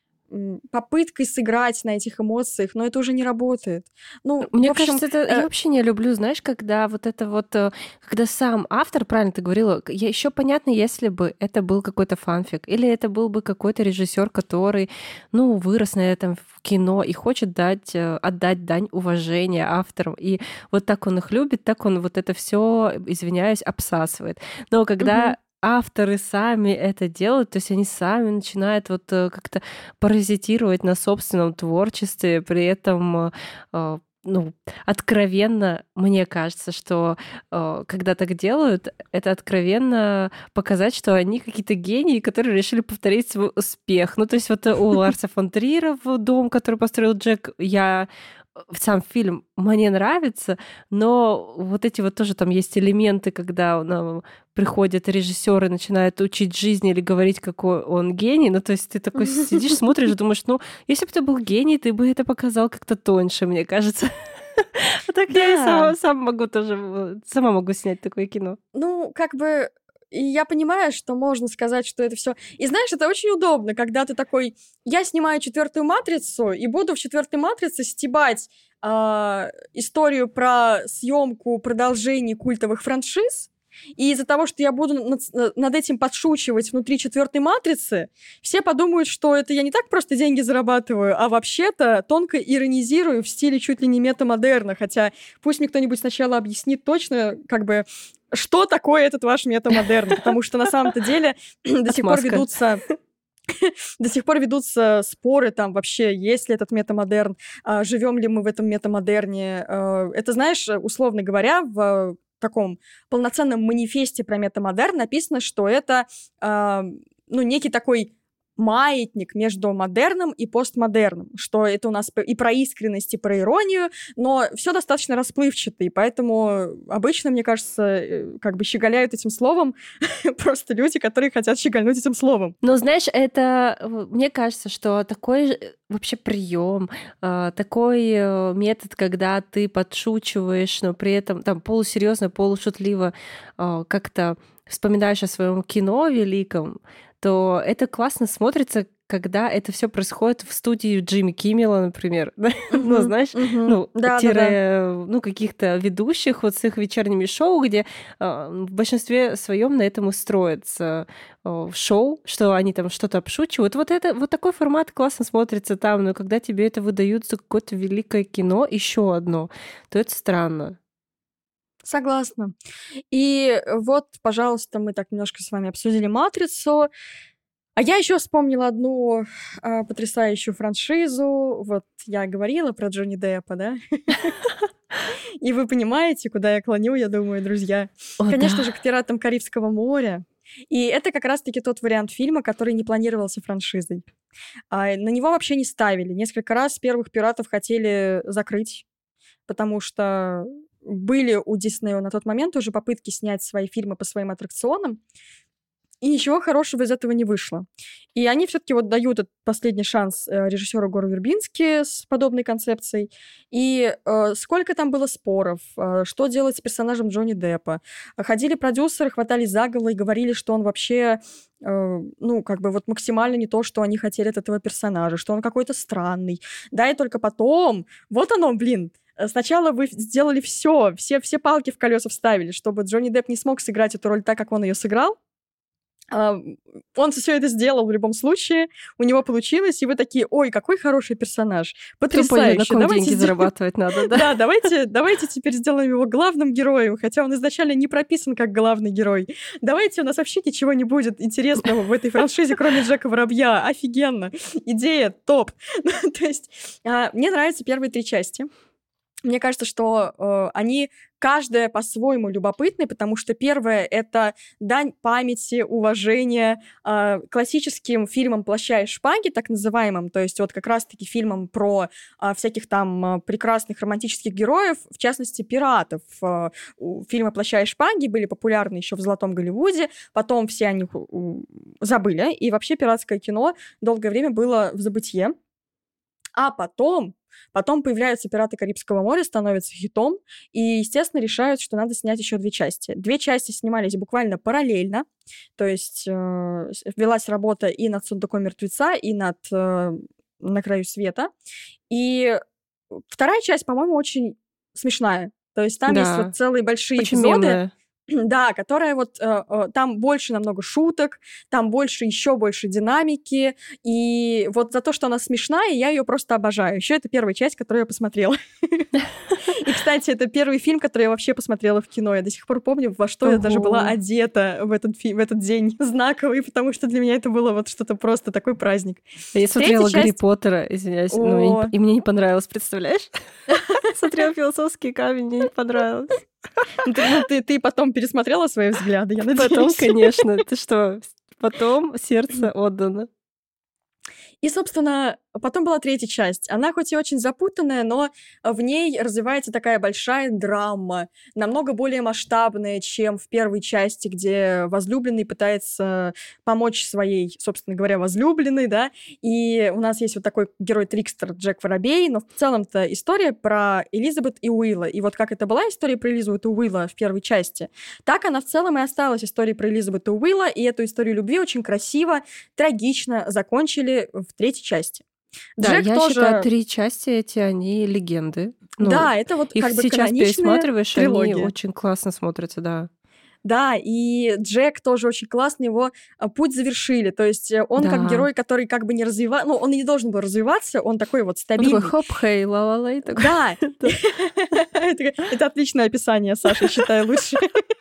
попыткой сыграть на этих эмоциях, но это уже не работает. Ну, Мне в общем, кажется, это э, я вообще не люблю, знаешь, когда вот это вот, э, когда сам автор, правильно ты говорила, я еще понятно, если бы это был какой-то фанфик, или это был бы какой-то режиссер, который, ну, вырос на этом в кино и хочет дать, э, отдать дань уважения авторам, и вот так он их любит, так он вот это все, извиняюсь, обсасывает. Но когда мгм. авторы сами это делают, то есть они сами начинают вот э, как-то паразитировать на собственном творчестве, при этом э, э, ну, откровенно, мне кажется, что э, когда так делают, это откровенно показать, что они какие-то гении, которые решили повторить свой успех. Ну, то есть вот э, у Ларса фон Триера в «Дом», который построил Джек, я в сам фильм мне нравится, но вот эти вот тоже там есть элементы, когда нам приходят режиссеры, начинают учить жизни или говорить, какой он гений. Ну, то есть ты такой сидишь, смотришь, думаешь, ну, если бы ты был гений, ты бы это показал как-то тоньше, мне кажется. А так я и Да. сама, сам могу тоже, э, сама могу снять такое кино. Ну, как бы, и я понимаю, что можно сказать, что это все. И знаешь, это очень удобно, когда ты такой, я снимаю четвертую «Матрицу» и буду в четвертой «Матрице» стебать а, историю про съемку продолжений культовых франшиз. И из-за того, что я буду над, над этим подшучивать внутри четвертой «Матрицы», все подумают, что это я не так просто деньги зарабатываю, а вообще-то тонко иронизирую в стиле чуть ли не метамодерна. Хотя пусть мне кто-нибудь сначала объяснит точно, как бы, что такое этот ваш метамодерн, потому что на самом-то деле до сих пор Отмазка. ведутся... До сих пор ведутся споры, там вообще, есть ли этот метамодерн, а, живем ли мы в этом метамодерне. А, Это, знаешь, условно говоря, в таком полноценном манифесте про метамодерн написано, что это а, ну, некий такой маятник между модерном и постмодерном, что это у нас и про искренность, и про иронию, но все достаточно расплывчато, и поэтому обычно, мне кажется, э, как бы щеголяют этим словом просто люди, которые хотят щегольнуть этим словом. Ну, знаешь, это, э, мне кажется, что такой же, э, вообще прием, такой э, метод, когда ты подшучиваешь, но при этом там полусерьезно, полушутливо э, как-то вспоминаешь о своем кино великом, то это классно смотрится, когда это все происходит в студии Джимми Киммела, например. Ну, Мгм, знаешь, мгм. ну, Да-да-да. тире, ну, каких-то ведущих вот с их вечерними шоу, где а, в большинстве своем на этом и строится а, шоу, что они там что-то обшучивают. Вот это, вот такой формат классно смотрится там, но когда тебе это выдают за какое-то великое кино, еще одно, то это странно. Согласна. И вот, пожалуйста, мы так немножко с вами обсудили «Матрицу». А я еще вспомнила одну а, потрясающую франшизу. Вот я говорила про Джонни Деппа, да? И вы понимаете, куда я клоню, я думаю, друзья. О, Конечно да. же, к «Пиратам Карибского моря». И это как раз-таки тот вариант фильма, который не планировался франшизой. А, на него вообще не ставили. Несколько раз первых «Пиратов» хотели закрыть, потому что были у Диснея на тот момент уже попытки снять свои фильмы по своим аттракционам, и ничего хорошего из этого не вышло. И они все-таки вот дают этот последний шанс э, режиссеру Гору Вербински с подобной концепцией. И э, сколько там было споров, э, что делать с персонажем Джонни Деппа. Ходили продюсеры, хватались за голову и говорили, что он вообще, э, ну, как бы вот максимально не то, что они хотели от этого персонажа, что он какой-то странный. Да, и только потом, вот оно, блин, сначала вы сделали все, все, все палки в колеса вставили, чтобы Джонни Депп не смог сыграть эту роль так, как он ее сыграл. Он все это сделал в любом случае, у него получилось, и вы такие: ой, какой хороший персонаж, потрясающе. На каком деньги сделаем... зарабатывать надо, да? Да, давайте, давайте теперь сделаем его главным героем, хотя он изначально не прописан как главный герой. Давайте, у нас вообще ничего не будет интересного в этой франшизе, кроме Джека Воробья. Офигенно. Идея топ. То есть мне нравятся первые три части. Мне кажется, что э, они каждая по-своему любопытны, потому что первое — это дань памяти, уважения э, классическим фильмам «Плаща и шпаги», так называемым, то есть вот как раз-таки фильмам про э, всяких там э, прекрасных романтических героев, в частности, пиратов. Э, фильмы «Плаща и шпаги» были популярны еще в Золотом Голливуде, потом все о них э, забыли, и вообще пиратское кино долгое время было в забытье. А потом... Потом появляются «Пираты Карибского моря», становятся хитом, и, естественно, решают, что надо снять еще две части. Две части снимались буквально параллельно, то есть э, велась работа и над «Сундуком мертвеца», и над э, «На краю света». И вторая часть, по-моему, очень смешная. То есть там да. есть вот целые большие очень эпизоды. Милая. Да, которая вот э, э, там больше намного шуток, там больше, еще больше динамики, и вот за то, что она смешная, я ее просто обожаю. Еще это первая часть, которую я посмотрела. И, кстати, это первый фильм, который я вообще посмотрела в кино. Я до сих пор помню, во что я даже была одета в этот в этот день знаковый, потому что для меня это было вот что-то просто такой праздник. Я смотрела Гарри Поттера, извиняюсь, и мне не понравилось, представляешь? Смотрела «Философский камень», мне не понравилось. Ну, ты, ну, ты, ты потом пересмотрела свои взгляды, я надеюсь. Потом, конечно. Ты что, потом сердце отдано. И, собственно, потом была третья часть. Она хоть и очень запутанная, но в ней развивается такая большая драма, намного более масштабная, чем в первой части, где возлюбленный пытается помочь своей, собственно говоря, возлюбленной, да, и у нас есть вот такой герой-трикстер Джек Воробей, но в целом-то история про Элизабет и Уилла. И вот как это была история про Элизабет и Уилла в первой части, так она в целом и осталась историей про Элизабет и Уилла, и эту историю любви очень красиво, трагично закончили в третьей части. Да, Джек я тоже... считаю, три части эти, они легенды. Ну, да, это вот их как бы сейчас пересматриваешь, трилогия. Они очень классно смотрятся, да. Да, и Джек тоже очень классно, его путь завершили. То есть он да. как герой, который как бы не развивается, ну, он и не должен был развиваться, он такой вот стабильный. Он такой хоп-хей, ла-ла-лей. Да, это отличное описание, Саша, считаю, лучше.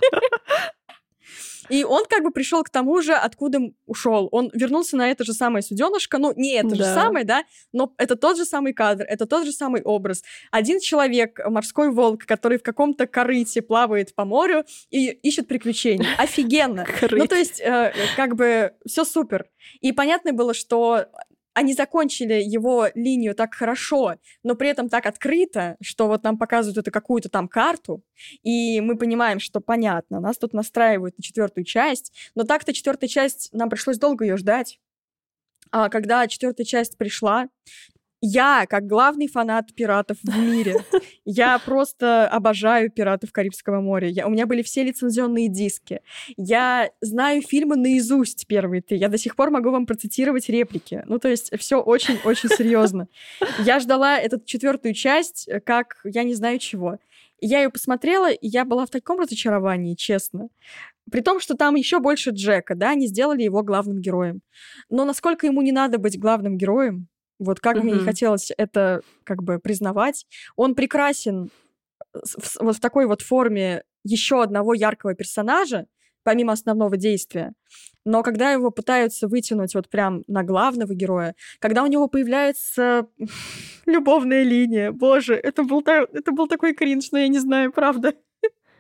И он как бы пришел к тому же, откуда ушел. Он вернулся на это же самое суденышко. Ну, не это да. же самое, да, но это тот же самый кадр, это тот же самый образ. Один человек, морской волк, который в каком-то корыте плавает по морю и ищет приключений. Офигенно. Ну, то есть, э, как бы все супер. И понятно было, что они закончили его линию так хорошо, но при этом так открыто, что вот нам показывают эту какую-то там карту, и мы понимаем, что понятно, нас тут настраивают на четвертую часть, но так-то четвертая часть, нам пришлось долго ее ждать. А когда четвертая часть пришла, я, как главный фанат пиратов в мире, я просто обожаю «Пиратов Карибского моря». Я, у меня были все лицензионные диски. Я знаю фильмы наизусть первые три. Я до сих пор могу вам процитировать реплики. Ну, то есть все очень-очень серьезно. Я ждала эту четвертую часть как я не знаю чего. Я ее посмотрела, и я была в таком разочаровании, честно. При том, что там еще больше Джека, да, они сделали его главным героем. Но насколько ему не надо быть главным героем, вот как mm-hmm. мне не хотелось это как бы признавать, он прекрасен в, вот в такой вот форме еще одного яркого персонажа, помимо основного действия. Но когда его пытаются вытянуть вот прям на главного героя, когда у него появляется любовная линия, боже, это был, это был такой кринж, но я не знаю, правда.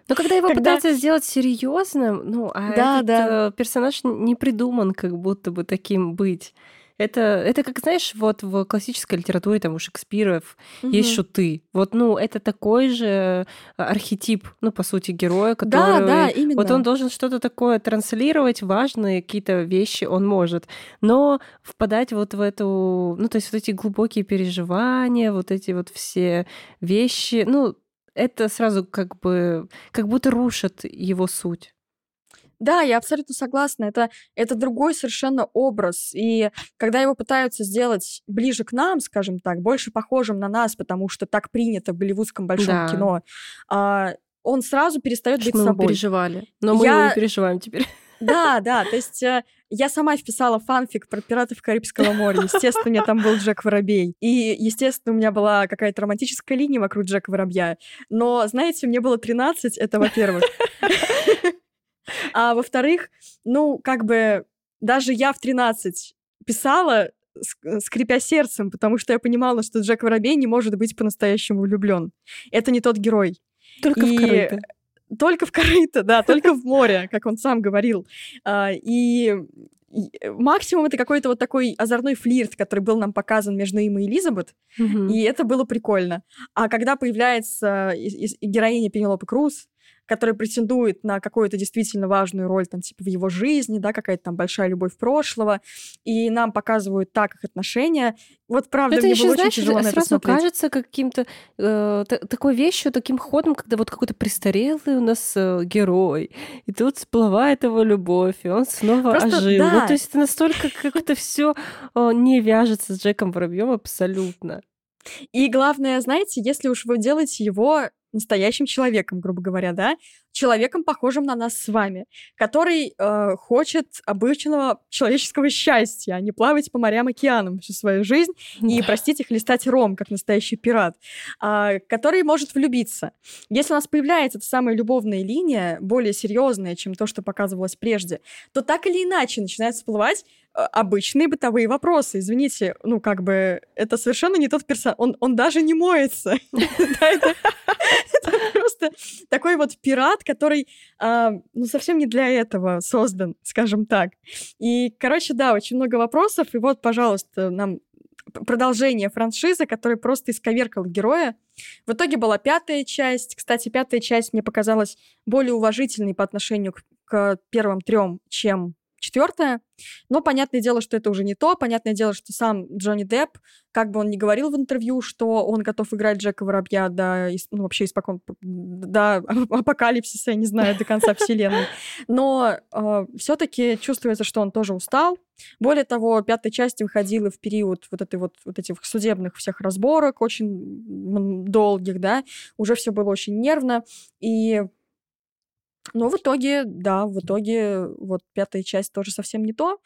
Но когда его Когда- пытаются сделать серьезным, ну, а Да, этот да. э, персонаж не придуман как будто бы таким быть. Это, это как, знаешь, вот в классической литературе, там, у Шекспира есть Мгм. шуты. Вот, ну, это такой же архетип, ну, по сути, героя, Да, да, который... именно. Вот он должен что-то такое транслировать, важные какие-то вещи он может. Но впадать вот в эту... Ну, то есть вот эти глубокие переживания, вот эти вот все вещи, ну, это сразу как бы... Как будто рушит его суть. Да, я абсолютно согласна. Это, это другой совершенно образ. И когда его пытаются сделать ближе к нам, скажем так, больше похожим на нас, потому что так принято в голливудском большом Да. кино, а, он сразу перестает быть Что мы его собой. переживали. Но мы его Я- не переживаем теперь. Да, да, то есть э, я сама вписала фанфик про пиратов Карибского моря. Естественно, у меня там был Джек Воробей. И, естественно, у меня была какая-то романтическая линия вокруг Джека Воробья. Но, знаете, мне было тринадцать, это во-первых. А во-вторых, ну, как бы даже я в тринадцать писала, ск- скрипя сердцем, потому что я понимала, что Джек Воробей не может быть по-настоящему влюблен. Это не тот герой. Только в И корыто. Только в корыто, да, только в море, как он сам говорил. А, И и максимум это какой-то вот такой озорной флирт, который был нам показан между им и Элизабет, Мгм. и это было прикольно. А когда появляется и- и- героиня Пенелопы Круз, которая претендует на какую-то действительно важную роль там, типа, в его жизни, да, какая-то там большая любовь прошлого, и нам показывают так их отношения, вот правда, Это мне еще, было очень знаешь, тяжело на это сразу смотреть. кажется каким-то э, та- такой вещью, таким ходом, когда вот какой-то престарелый у нас э, герой, и тут всплывает его любовь, и он снова Просто, ожил. Ну, да. то есть это настолько как-то все не вяжется с Джеком Воробьем абсолютно. И главное, знаете, если уж вы делаете его настоящим человеком, грубо говоря, да, человеком, похожим на нас с вами, который э, хочет обычного человеческого счастья, а не плавать по морям, океанам всю свою жизнь и, Да. простите, хлестать ром, как настоящий пират, а, который может влюбиться. Если у нас появляется эта самая любовная линия, более серьезная, чем то, что показывалось прежде, то так или иначе начинают всплывать э, обычные бытовые вопросы. Извините, ну, как бы, это совершенно не тот персонаж. Он, он даже не моется. Да, это это просто такой вот пират, который, а, ну, совсем не для этого создан, скажем так. И, короче, да, очень много вопросов. И вот, пожалуйста, нам п- продолжение франшизы, которая просто исковеркала героя. В итоге была пятая часть. Кстати, пятая часть мне показалась более уважительной по отношению к, к первым трем, чем четвертая. Но понятное дело, что это уже не то. Понятное дело, что сам Джонни Депп, как бы он ни говорил в интервью, что он готов играть Джека Воробья до, ис- ну, вообще испокон, до апокалипсиса, я не знаю, до конца вселенной. Но все-таки чувствуется, что он тоже устал. Более того, пятая часть выходила в период вот, этой вот, вот этих судебных всех разборок, очень м, долгих, да, уже все было очень нервно, и но в итоге, да, в итоге вот пятая часть тоже совсем не то,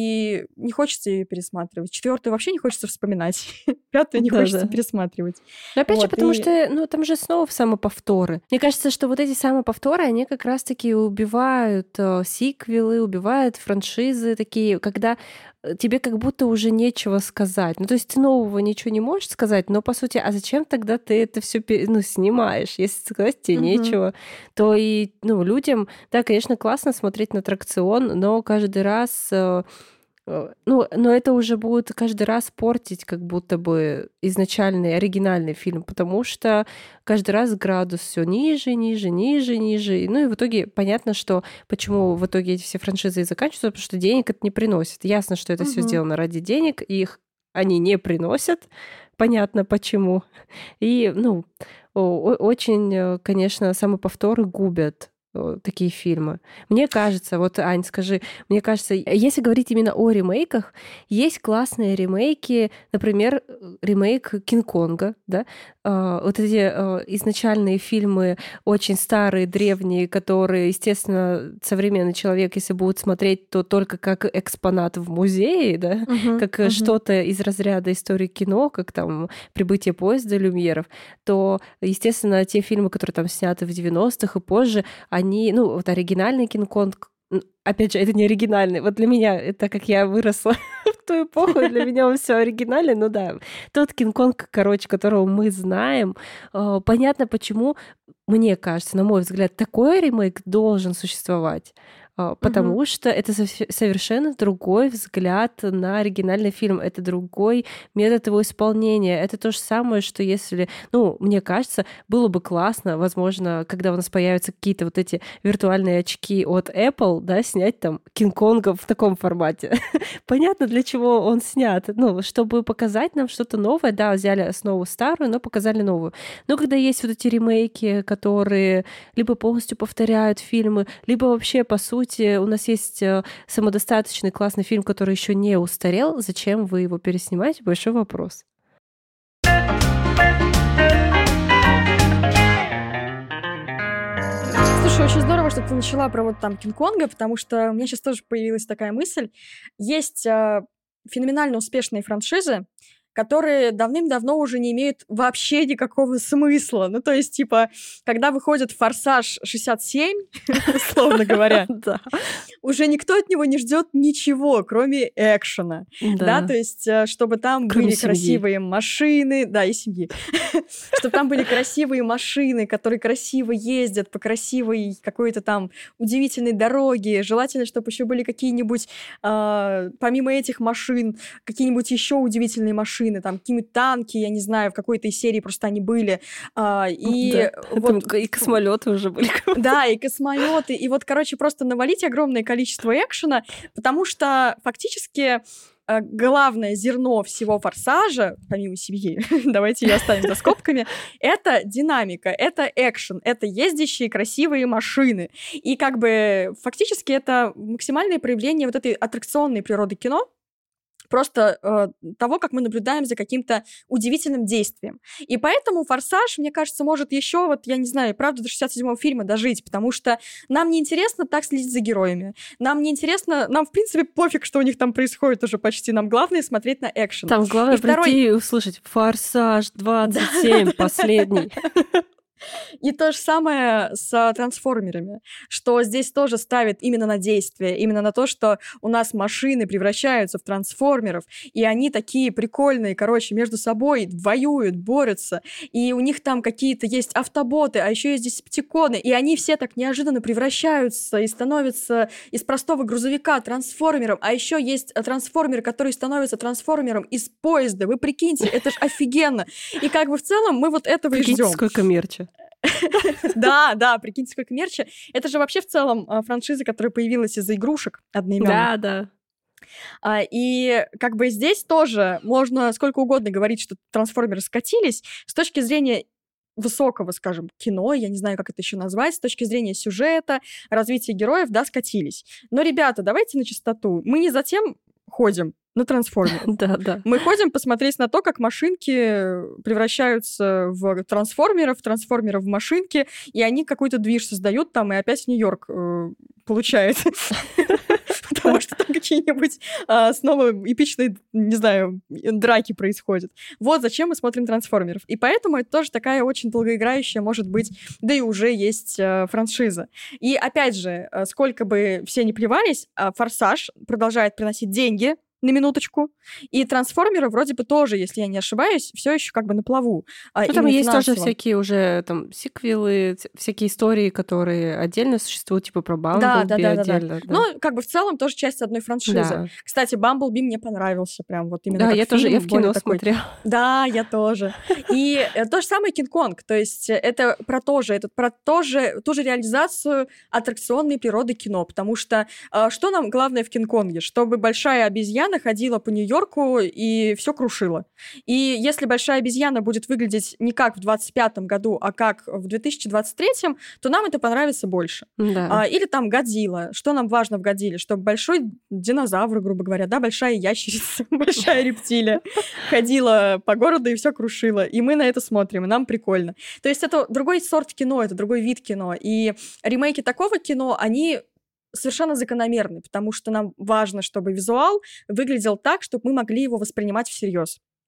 и не хочется ее пересматривать. Четвертую вообще не хочется вспоминать, пятую не хочется Да-да. пересматривать. Но опять же, Вот, потому и- что, ну, там же снова самоповторы. Мне кажется, что вот эти самоповторы, они как раз-таки убивают э, сиквелы, убивают франшизы такие, когда э, тебе как будто уже нечего сказать. Ну, то есть ты нового ничего не можешь сказать, но, по сути, а зачем тогда ты это все ну, снимаешь? Если сказать тебе Мгм. нечего, то и, ну, людям, да, конечно, классно смотреть на аттракцион, но каждый раз... э, Э, Ну, но это уже будет каждый раз портить как будто бы изначальный, оригинальный фильм, потому что каждый раз градус все ниже, ниже, ниже, ниже. И, Ну и в итоге понятно, что почему в итоге эти все франшизы и заканчиваются, потому что денег это не приносит. Ясно, что это все Мгм. сделано ради денег, и их они не приносят. Понятно почему. И, ну, о- о- очень, э, конечно, самоповторы губят э, такие фильмы. Мне кажется, вот, Ань, скажи, мне кажется, если говорить именно о ремейках, есть классные ремейки, например, э, ремейк Кинг-Конга, да, А, вот эти э, изначальные фильмы, очень старые, древние, которые, естественно, современный человек, если будет смотреть, то только как экспонат в музее, да, Мгм. как э, Мгм. что-то из разряда истории кино, как там «Прибытие поезда» Люмьеров, то, естественно, те фильмы, которые там сняты в девяностых и позже, они, ну, вот оригинальный Кинг-Конг, Опять же, это не оригинальный. Вот для меня, это как я выросла в ту эпоху, для меня он все оригинальный. Ну да, тот Кинг-Конг, короче, которого мы знаем, понятно, почему, мне кажется, на мой взгляд, такой ремейк должен существовать. Потому угу. что это совершенно другой взгляд на оригинальный фильм, это другой метод его исполнения. Это то же самое, что если, ну, мне кажется, было бы классно, возможно, когда у нас появятся какие-то вот эти виртуальные очки от Apple, да, снять там Кинг-Конга в таком формате. Понятно, для чего он снят. Ну, чтобы показать нам что-то новое, да, взяли основу старую, но показали новую. Но когда есть вот эти ремейки, которые либо полностью повторяют фильмы, либо вообще, по сути, у нас есть самодостаточный классный фильм, который еще не устарел. Зачем вы его переснимаете? Большой вопрос. Слушай, очень здорово, что ты начала про вот там Кинг-Конга, потому что у меня сейчас тоже появилась такая мысль. Есть э, феноменально успешные франшизы, которые давным-давно уже не имеют вообще никакого смысла. Ну, то есть, типа, когда выходит «Форсаж шестьдесят семь», условно говоря, уже никто от него не ждет ничего, кроме экшена. Да, то есть, чтобы там были красивые машины, да, и семьи. Чтобы там были красивые машины, которые красиво ездят по красивой какой-то там удивительной дороге. Желательно, чтобы еще были какие-нибудь, помимо этих машин, какие-нибудь еще удивительные машины, там какие-нибудь танки, я не знаю, в какой-то из серий просто они были. А, и, да. вот, Там и космолеты уже были. Да, и космолеты. И вот, короче, просто навалить огромное количество экшена, потому что фактически главное зерно всего «Форсажа», помимо семьи, давайте ее оставим за скобками, это динамика, это экшен, это ездящие красивые машины. И как бы фактически это максимальное проявление вот этой аттракционной природы кино, просто э, того, как мы наблюдаем за каким-то удивительным действием. И поэтому «Форсаж», мне кажется, может еще, вот, я не знаю, правда, до шестьдесят седьмого фильма дожить, потому что нам не интересно так следить за героями. Нам не интересно, нам, в принципе, пофиг, что у них там происходит уже почти. Нам главное смотреть на экшен. Там главное и прийти второй... и услышать «Форсаж двадцать семь», последний. И то же самое с трансформерами, что здесь тоже ставит именно на действие, именно на то, что у нас машины превращаются в трансформеров, и они такие прикольные, короче, между собой воюют, борются, и у них там какие-то есть автоботы, а еще есть десептиконы, и они все так неожиданно превращаются и становятся из простого грузовика трансформером, а еще есть трансформер, который становится трансформером из поезда. Вы прикиньте, это ж офигенно. И как бы в целом мы вот этого и ждем. Прикиньте, сколько мерча. Да, да, прикиньте, сколько мерча. Это же вообще в целом франшиза, которая появилась из-за игрушек одноименных. Да, да. И как бы здесь тоже можно сколько угодно говорить, что трансформеры скатились. С точки зрения высокого, скажем, кино, я не знаю, как это еще назвать, с точки зрения сюжета, развития героев, да, скатились. Но, ребята, давайте на чистоту. Мы не затем ходим на трансформеры. Да, да. Мы ходим посмотреть на то, как машинки превращаются в трансформеров, трансформеров в машинки, и они какой-то движ создают там, и опять Нью-Йорк э, получает. Потому что там какие-нибудь а, снова эпичные, не знаю, драки происходят. Вот зачем мы смотрим трансформеров. И поэтому это тоже такая очень долгоиграющая, может быть, да и уже есть а, франшиза. И опять же, сколько бы все ни плевались, а, «Форсаж» продолжает приносить деньги, на минуточку. И трансформеры вроде бы тоже, если я не ошибаюсь, все еще как бы на плаву. Ну, там есть финансово. Тоже всякие уже там сиквелы, всякие истории, которые отдельно существуют, типа про Бамблби да, да, да, отдельно. Да, да. Ну, как бы в целом тоже часть одной франшизы. Да. Кстати, Бамблби мне понравился прям вот именно да, как я фильм. тоже, я в кино такой... смотрела. Да, я тоже. И то же самое Кинг-Конг. То есть это про то же, это про то же, ту же реализацию аттракционной природы кино. Потому что что нам главное в Кинг-Конге? Чтобы большая обезьяна ходила по Нью-Йорку и все крушила. И если большая обезьяна будет выглядеть не как в двадцать пятом году, а как в две тысячи двадцать третьем, то нам это понравится больше. Да. А, или там Годзилла. Что нам важно в Годзилле? Чтобы большой динозавр, грубо говоря, да, большая ящерица, большая рептилия ходила по городу и все крушила. И мы на это смотрим, и нам прикольно. То есть это другой сорт кино, это другой вид кино. И ремейки такого кино, они совершенно закономерны, потому что нам важно, чтобы визуал выглядел так, чтобы мы могли его воспринимать всерьез.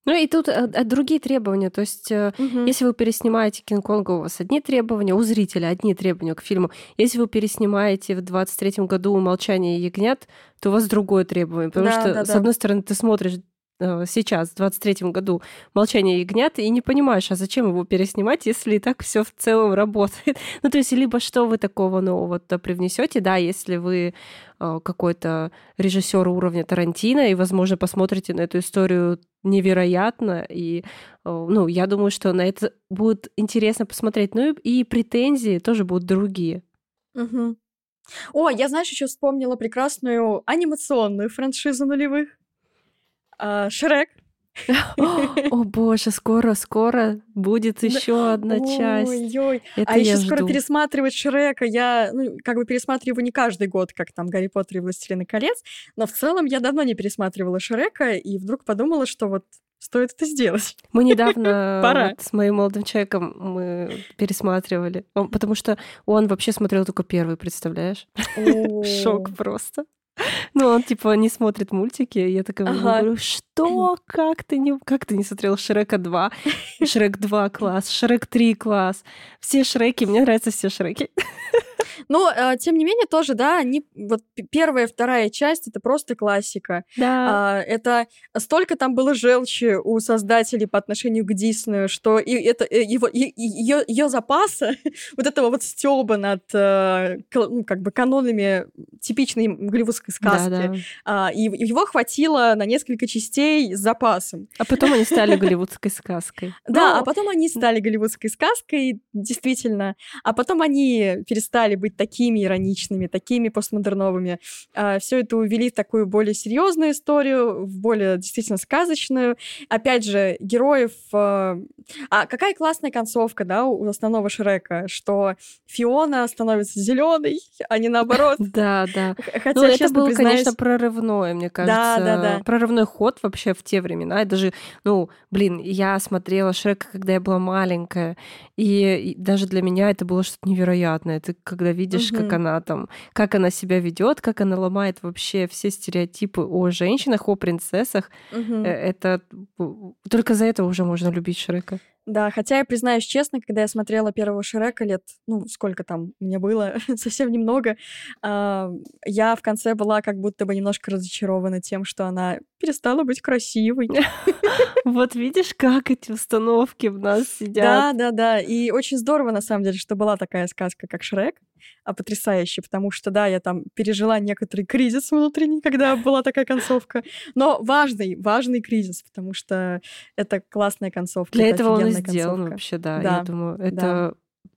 Ну и тут а, а другие требования. То есть, Мгм. если вы переснимаете Кинг-Конга, у вас одни требования, у зрителя одни требования к фильму. Если вы переснимаете в двадцать третьем году «Молчание ягнят», то у вас другое требование. Потому Да, что, да, с да. одной стороны, ты смотришь э, сейчас, в двадцать третьем году, «Молчание ягнят», и не понимаешь, а зачем его переснимать, если и так все в целом работает. Ну, то есть, либо что вы такого нового привнесете, да, если вы э, какой-то режиссер уровня Тарантино, и, возможно, посмотрите на эту историю невероятно, и, э, ну, я думаю, что на это будет интересно посмотреть. Ну и, и претензии тоже будут другие. Мгм. О, я, знаешь, еще вспомнила прекрасную анимационную франшизу нулевых. А, Шрек. О боже, скоро-скоро будет Да. еще одна часть. Ой-ой. Это А еще я скоро жду. пересматривать Шрека. Я, ну, как бы пересматриваю не каждый год, как там Гарри Поттер и Властелины колец, но в целом я давно не пересматривала Шрека, и вдруг подумала, что вот стоит это сделать. Мы недавно Пора. вот с моим молодым человеком мы пересматривали, Он- потому что он вообще смотрел только первый, представляешь? Шок О. просто. Ну, он типа не смотрит мультики. и Я такая ему Ага. говорю, что? Как ты не, как ты не смотрел Шрека два? Шрек два класс, Шрек три класс. Все Шреки, мне нравятся все Шреки. Но, э, тем не менее, тоже, да, они, вот п- первая, вторая часть — это просто классика. Да, А, это столько там было желчи у создателей по отношению к Диснею, что и это э, его ее, ее запаса, вот этого вот стёба над э, кл- ну, как бы канонами типичной голливудской да, сказки, да. а, и его хватило на несколько частей с запасом. А потом они стали голливудской сказкой. Да, а Ну, потом они стали голливудской сказкой, действительно. А потом они перестали быть такими ироничными, такими постмодерновыми. Все это увели в такую более серьезную историю, в более действительно сказочную. Опять же, героев... э, А какая классная концовка, да, у основного Шрека, что Фиона становится зеленой, а не наоборот. да, да. Х- Ну, Хотя, это честно был, признаюсь... конечно, прорывной, мне Да, да, кажется, да. прорывной ход вообще в те времена. И даже, ну, блин, я смотрела Шрека, когда я была маленькая, и, и даже для меня это было что-то невероятное. Ты когда видишь, как Мгм. она там, как она себя ведет, как она ломает вообще все стереотипы о женщинах, о принцессах, э, Мгм. это м, только за это уже можно любить Шрека. Да, хотя я признаюсь честно, когда я смотрела первого Шрека лет, ну, сколько там мне было, совсем немного, а, я в конце была как будто бы немножко разочарована тем, что она перестала быть красивой. Вот видишь, как эти установки в нас сидят. Да, да, да. И очень здорово, на самом деле, что была такая сказка, как Шрек, а потрясающий, потому что, да, я там пережила некоторый кризис внутренний, когда была такая концовка, но важный, важный кризис, потому что это классная концовка, Для это этого он и офигенная сделан концовка. вообще, да. Я Да, думаю, да. это,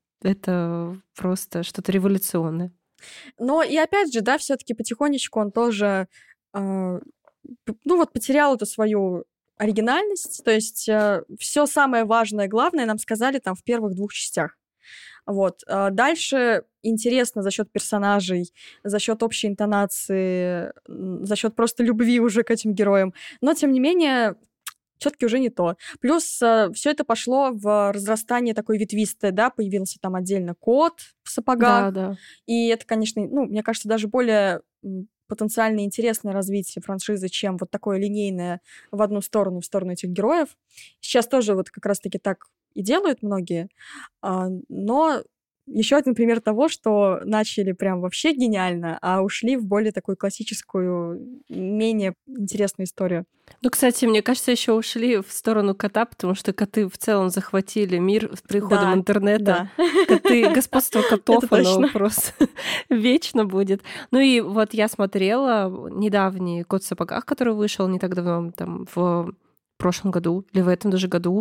это просто что-то революционное. Но и опять же, да, все-таки потихонечку он тоже, а, п- ну вот, потерял эту свою оригинальность. То есть все самое важное, главное нам сказали там в первых двух частях. Вот. А дальше интересно за счет персонажей, за счет общей интонации, м, за счет просто любви уже к этим героям. Но тем не менее, все-таки уже не то. Плюс все это пошло в разрастание такой ветвистое, да, появился там отдельно кот в Да, сапогах, да. и это, конечно, ну, мне кажется, даже более м, потенциально интересное развитие франшизы, чем вот такое линейное в одну сторону, в сторону этих героев. Сейчас тоже вот как раз-таки так и делают многие, а, но еще один пример того, что начали прям вообще гениально, а ушли в более такую классическую, менее интересную историю. Ну, кстати, мне кажется, еще ушли в сторону кота, потому что коты в целом захватили мир с приходом Да, интернета. да, Коты, господство котов, это оно точно. просто вечно будет. Ну и вот я смотрела недавний «Кот в сапогах», который вышел не так давно, там, в прошлом году или в этом даже году.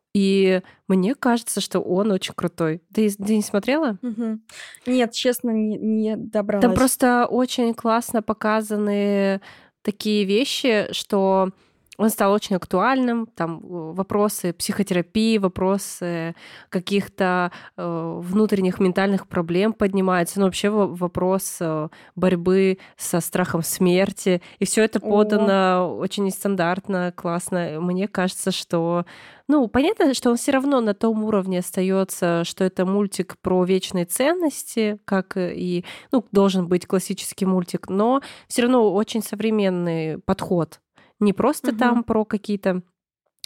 И мне кажется, что он очень крутой. Ты, ты не смотрела? Мгм. Нет, честно, не, не Там добралась. просто очень классно показаны такие вещи, что он стал очень актуальным. Там э, вопросы психотерапии, вопросы каких-то э, внутренних ментальных проблем поднимаются. Ну, вообще во- вопрос э, борьбы со страхом смерти. И все это О, подано очень нестандартно, классно. Мне кажется, что ну, понятно, что он все равно на том уровне остается, что это мультик про вечные ценности, как и ну, должен быть классический мультик, но все равно очень современный подход. Не просто мгм. там про какие-то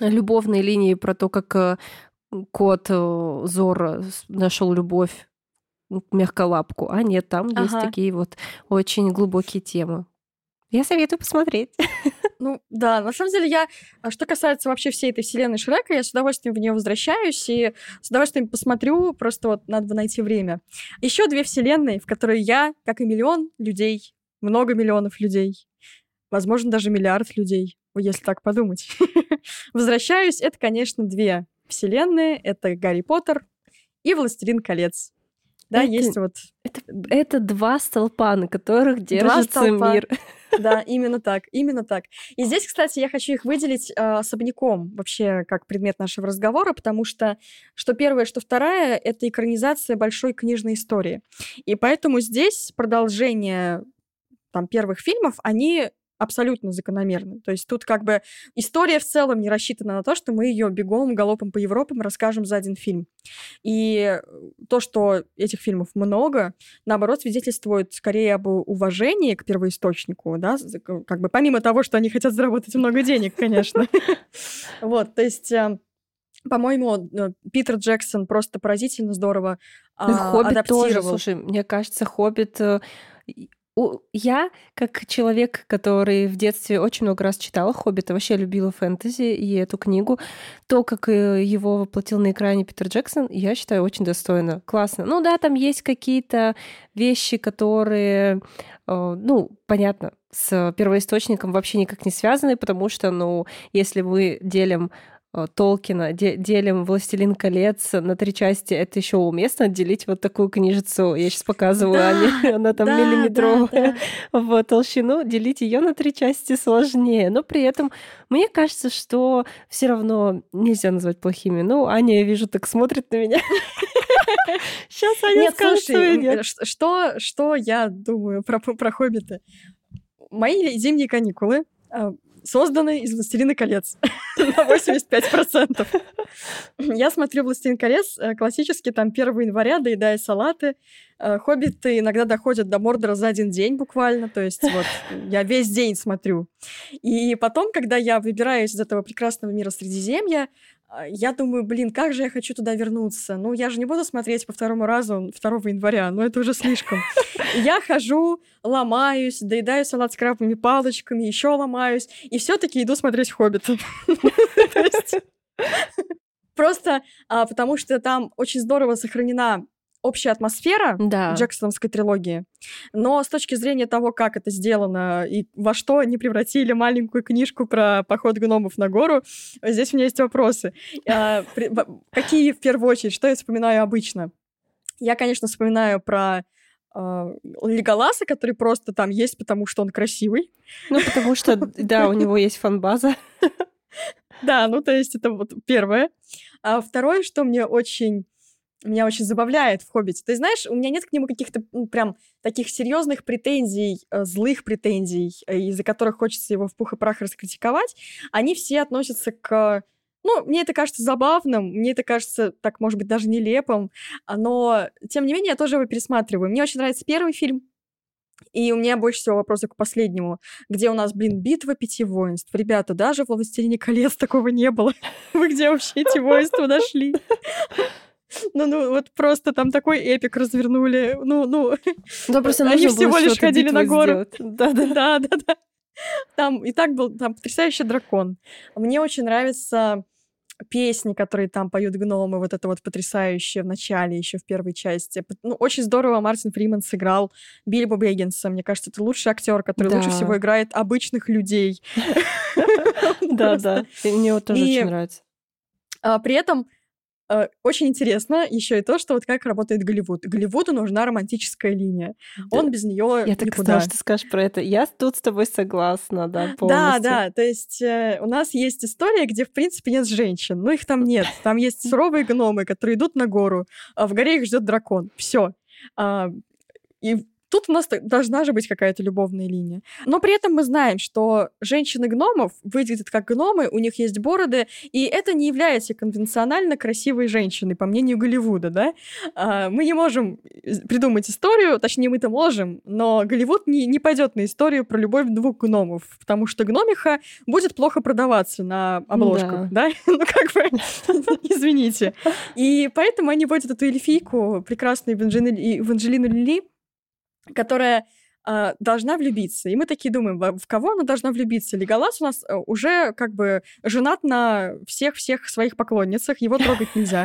любовные линии про то, как кот Зорро нашел любовь мягколапку. А нет, там ага. есть такие вот очень глубокие темы. Я советую посмотреть. Ну, да, на самом деле я... Что касается вообще всей этой вселенной Шрека, я с удовольствием в нее возвращаюсь и с удовольствием посмотрю, просто вот надо бы найти время. Еще две вселенные, в которые я, как и миллион людей, много миллионов людей, возможно, даже миллиард людей, если так подумать, возвращаюсь. Это, конечно, две вселенные. Это Гарри Поттер и Властелин колец. Да, это, есть вот... Это, это два столпа, на которых держится мир. Да, именно так, именно так. И здесь, кстати, я хочу их выделить э, особняком, вообще, как предмет нашего разговора, потому что что первая, что вторая — это экранизация большой книжной истории. И поэтому здесь продолжение там, первых фильмов, они абсолютно закономерны. То есть тут как бы история в целом не рассчитана на то, что мы ее бегом, галопом по Европам расскажем за один фильм. И то, что этих фильмов много, наоборот, свидетельствует скорее об уважении к первоисточнику, да, как бы помимо того, что они хотят заработать много денег, конечно. Вот, то есть... По-моему, Питер Джексон просто поразительно здорово адаптировал. «Хоббит» тоже, слушай, мне кажется, «Хоббит» Я, как человек, который в детстве очень много раз читала «Хоббита», вообще любила фэнтези и эту книгу, то, как его воплотил на экране Питер Джексон, я считаю, очень достойно. Классно. Ну да, там есть какие-то вещи, которые, ну, понятно, с первоисточником вообще никак не связаны, потому что, ну, если мы делим Толкина, де- делим «Властелин колец» на три части, это еще уместно отделить вот такую книжицу. Я сейчас показываю, да, Ане, она там да, миллиметровая, да, да. в толщину. Делить ее на три части сложнее. Но при этом мне кажется, что все равно нельзя назвать плохими. Ну, Аня, я вижу, так смотрит на меня. Сейчас Аня нет, скажет, слушай, нет. Что, что я думаю про, про «Хоббита»? Мои зимние каникулы созданы из «Властелина колец» на восемьдесят пять процентов. Я смотрю «Властелин колец» классически там первого января, доедая салаты. «Хоббиты» иногда доходят до Мордора за один день буквально, то есть вот я весь день смотрю. И потом, когда я выбираюсь из этого прекрасного мира Средиземья, я думаю, блин, как же я хочу туда вернуться. Ну, я же не буду смотреть по второму разу второго января, ну, это уже слишком. Я хожу, ломаюсь, доедаю салат с крабовыми палочками, еще ломаюсь, и все-таки иду смотреть «Хоббита». Просто потому что там очень здорово сохранена общая атмосфера да. джексоновской трилогии, но с точки зрения того, как это сделано и во что они превратили маленькую книжку про поход гномов на гору, здесь у меня есть вопросы. Какие в первую очередь, что я вспоминаю обычно? Я, конечно, вспоминаю про Леголаса, который просто там есть, потому что он красивый. Ну, потому что, да, у него есть фан-база. Да, ну, то есть это вот первое. А второе, что мне очень... Меня очень забавляет в «Хоббите». Ты знаешь, у меня нет к нему каких-то ну, прям таких серьезных претензий, злых претензий, из-за которых хочется его в пух и прах раскритиковать. Они все относятся к... Ну, мне это кажется забавным, мне это кажется, так, может быть, даже нелепым, но, тем не менее, я тоже его пересматриваю. Мне очень нравится первый фильм, и у меня больше всего вопросов к последнему, где у нас, блин, битва пяти воинств. Ребята, даже в «Властелине колец» такого не было. Вы где вообще эти воинства нашли? Ну, ну, вот просто там такой эпик развернули. Ну, ну, да, просто они всего лишь ходили на гору. Да, да, да, да, да. Там и так был там потрясающий дракон. Мне очень нравятся песни, которые там поют гномы, вот это вот потрясающее в начале, еще в первой части. Ну, очень здорово Мартин Фриман сыграл Бильбо Бэггинса. Мне кажется, это лучший актер, который да. лучше всего играет обычных людей. Да, да. Мне вот тоже очень нравится. При этом очень интересно еще и то, что вот как работает Голливуд. Голливуду нужна романтическая линия. Да. Он без нее Я так знала, что ты скажешь про это. Я тут с тобой согласна, да, полностью. Да, да, то есть э, у нас есть история, где, в принципе, нет женщин. Но их там нет. Там есть суровые гномы, которые идут на гору, а в горе их ждет дракон. Все. А, и тут у нас должна же быть какая-то любовная линия. Но при этом мы знаем, что женщины-гномов выглядят как гномы, у них есть бороды, и это не является конвенционально красивой женщиной, по мнению Голливуда, да? А, мы не можем придумать историю, точнее, мы-то можем, но Голливуд не, не пойдет на историю про любовь двух гномов, потому что гномиха будет плохо продаваться на обложках, да? да? Ну, как бы, извините. И поэтому они вводят эту эльфийку, прекрасную Эванжелину Лили, которая э, должна влюбиться. И мы такие думаем, в кого она должна влюбиться? Леголас у нас уже как бы женат на всех-всех своих поклонницах, его трогать нельзя.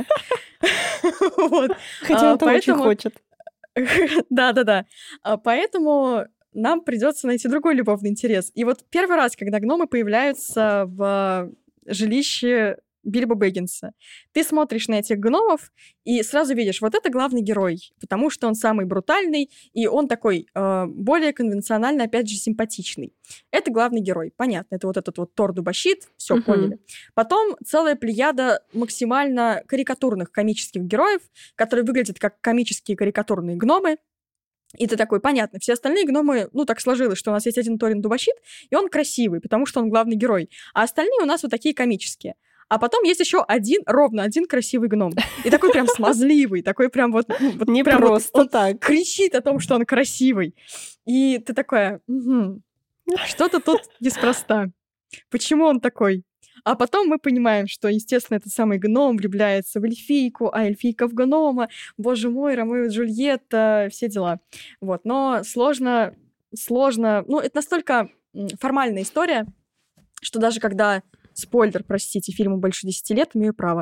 Хотя он очень хочет. Да-да-да. Поэтому нам придется найти другой любовный интерес. И вот первый раз, когда гномы появляются в жилище Бильбо Бэггинса, ты смотришь на этих гномов и сразу видишь, вот это главный герой, потому что он самый брутальный, и он такой э, более конвенционально, опять же, симпатичный. Это главный герой, понятно, это вот этот вот Тор Дубощит, все, uh-huh. поняли. Потом целая плеяда максимально карикатурных комических героев, которые выглядят как комические карикатурные гномы. И ты такой, понятно, все остальные гномы, ну, так сложилось, что у нас есть один Торин Дубощит, и он красивый, потому что он главный герой, а остальные у нас вот такие комические. А потом есть еще один, ровно один красивый гном. И такой прям смазливый, такой прям вот... Ну, вот не прям просто вот, он так. кричит о том, что он красивый. И ты такая, угу, что-то тут неспроста. Почему он такой? А потом мы понимаем, что, естественно, этот самый гном влюбляется в эльфийку, а эльфийка в гнома. Боже мой, Ромео и Джульетта, все дела. Вот, но сложно, сложно... Ну, это настолько формальная история, что даже когда... Спойлер, простите, фильму больше десяти лет, имею право.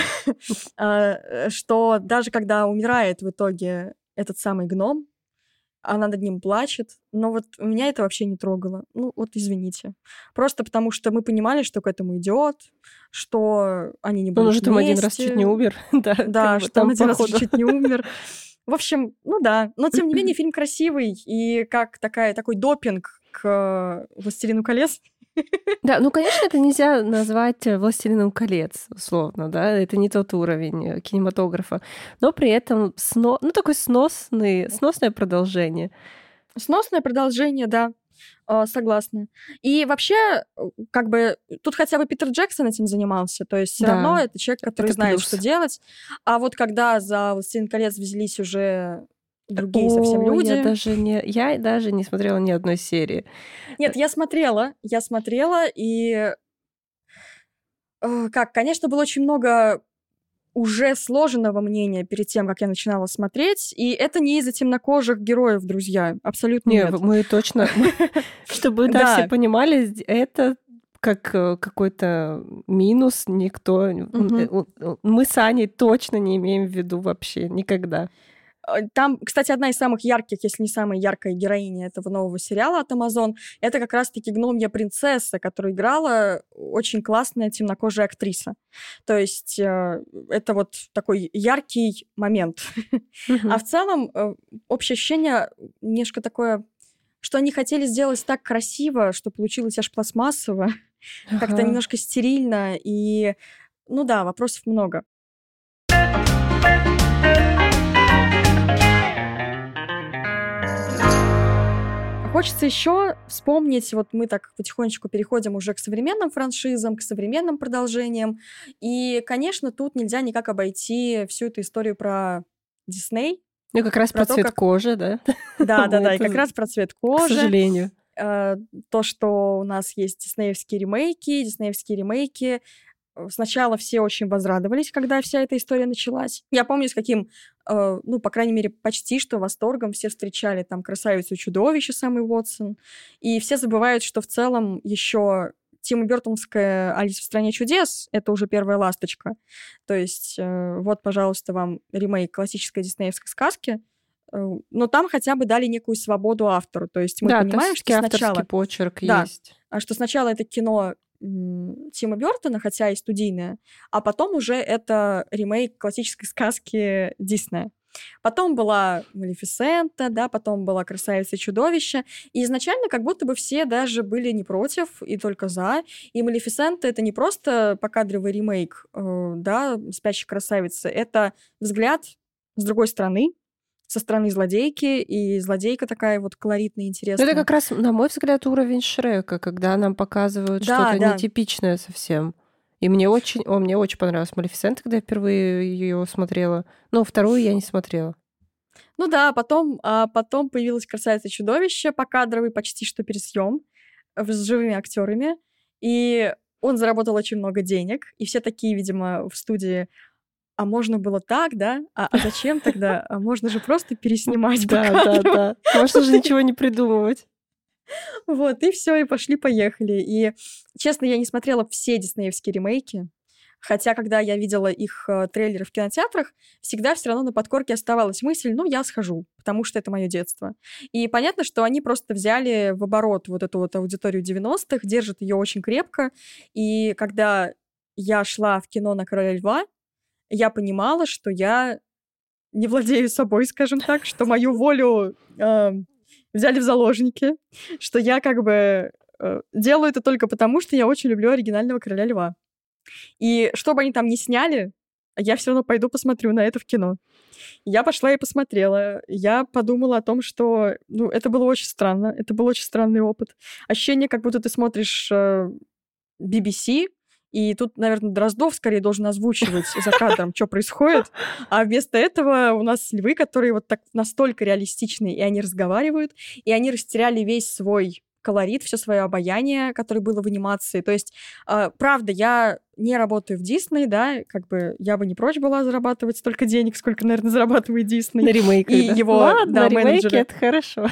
Что даже когда умирает в итоге этот самый гном, она над ним плачет, но вот меня это вообще не трогало. Ну, вот извините. Просто потому что мы понимали, что к этому идет, что они не будут вместе. Он уже там один раз чуть не умер. Да, да что он один раз чуть не умер. В общем, ну да. Но, тем не менее, фильм красивый, и как такая, такой допинг к «Властелину колец». Да, ну, конечно, это нельзя назвать «Властелином колец», условно, да, это не тот уровень кинематографа, но при этом сно... ну, такое сносный, сносное продолжение. Сносное продолжение, да, согласна. И вообще, как бы, тут хотя бы Питер Джексон этим занимался, то есть все да, равно это человек, который это знает, плюс. Что делать. А вот когда за «Властелин колец» взялись уже... другие О, совсем люди. Я даже, не, я даже не смотрела ни одной серии. Нет, я смотрела, я смотрела, и... Э, как, конечно, было очень много уже сложенного мнения перед тем, как я начинала смотреть, и это не из-за темнокожих героев, друзья, абсолютно нет. Нет, мы точно... Чтобы да, все понимали, это как какой-то минус, никто... Мы с Аней точно не имеем в виду вообще никогда. Там, кстати, одна из самых ярких, если не самая яркая героиня этого нового сериала от Amazon, это как раз-таки гномья принцесса, которую играла очень классная темнокожая актриса. То есть э, это вот такой яркий момент. Mm-hmm. А в целом э, общее ощущение немножко такое, что они хотели сделать так красиво, что получилось аж пластмассово, uh-huh. как-то немножко стерильно, и, ну да, вопросов много. Хочется еще вспомнить, вот мы так потихонечку переходим уже к современным франшизам, к современным продолжениям. И, конечно, тут нельзя никак обойти всю эту историю про Дисней. Ну, как раз про, про цвет как... кожи, да? Да-да-да, и как раз про цвет кожи. К сожалению. То, что у нас есть диснеевские ремейки, диснеевские ремейки. Сначала все очень возрадовались, когда вся эта история началась. Я помню, с каким, э, ну, по крайней мере, почти что восторгом все встречали там «Красавицу и чудовище» самый Уотсон. И все забывают, что в целом еще Тима Бёртоновская «Алиса в стране чудес» — это уже первая ласточка. То есть э, вот, пожалуйста, вам ремейк классической диснеевской сказки. Э, но там хотя бы дали некую свободу автору. То есть мы да, понимаем, что сначала... авторский почерк да, есть. Что сначала это кино Тима Бёртона, хотя и студийная, а потом уже это ремейк классической сказки Диснея. Потом была Малефисента, да, потом была «Красавица и чудовище», и изначально как будто бы все даже были не против и только за. И Малефисента — это не просто покадровый ремейк, э, да, «Спящей красавицы», это взгляд с другой стороны, со стороны злодейки, и злодейка такая вот колоритная, интересная. Это как раз, на мой взгляд, уровень Шрека, когда нам показывают Да, что-то да. нетипичное совсем. И мне очень, о, мне очень понравилась Малефисента, когда я впервые ее смотрела. Но вторую я не смотрела. Ну да, потом, а потом появилась «Красавица и чудовище», покадровый почти что пересъем с живыми актерами, и он заработал очень много денег, и все такие, видимо, в студии: а можно было так, да? А, а зачем тогда? А можно же просто переснимать Да, да, покадрово. да. Можно же ничего не придумывать. Вот, и все, и пошли-поехали. И, честно, я не смотрела все диснеевские ремейки, хотя, когда я видела их э, трейлеры в кинотеатрах, всегда все равно на подкорке оставалась мысль: ну, я схожу, потому что это мое детство. И понятно, что они просто взяли в оборот вот эту вот аудиторию девяностых, держат ее очень крепко. И когда я шла в кино на «Короля льва», я понимала, что я не владею собой, скажем так, что мою волю э, взяли в заложники, что я как бы э, делаю это только потому, что я очень люблю оригинального «Короля льва». И что бы они там ни сняли, я все равно пойду посмотрю на это в кино. Я пошла и посмотрела. Я подумала о том, что ну, это было очень странно. Это был очень странный опыт. Ощущение, как будто ты смотришь э, би би си, и тут, наверное, Дроздов скорее должен озвучивать за кадром, что происходит. А вместо этого у нас львы, которые вот так настолько реалистичные, и они разговаривают, и они растеряли весь свой колорит, все свое обаяние, которое было в анимации. То есть, э, правда, я не работаю в Дисней, да, как бы я бы не прочь была зарабатывать столько денег, сколько, наверное, зарабатывает Дисней. На ремейке, И да? его, Ладно, да, на ремейке менеджеры. это хорошо.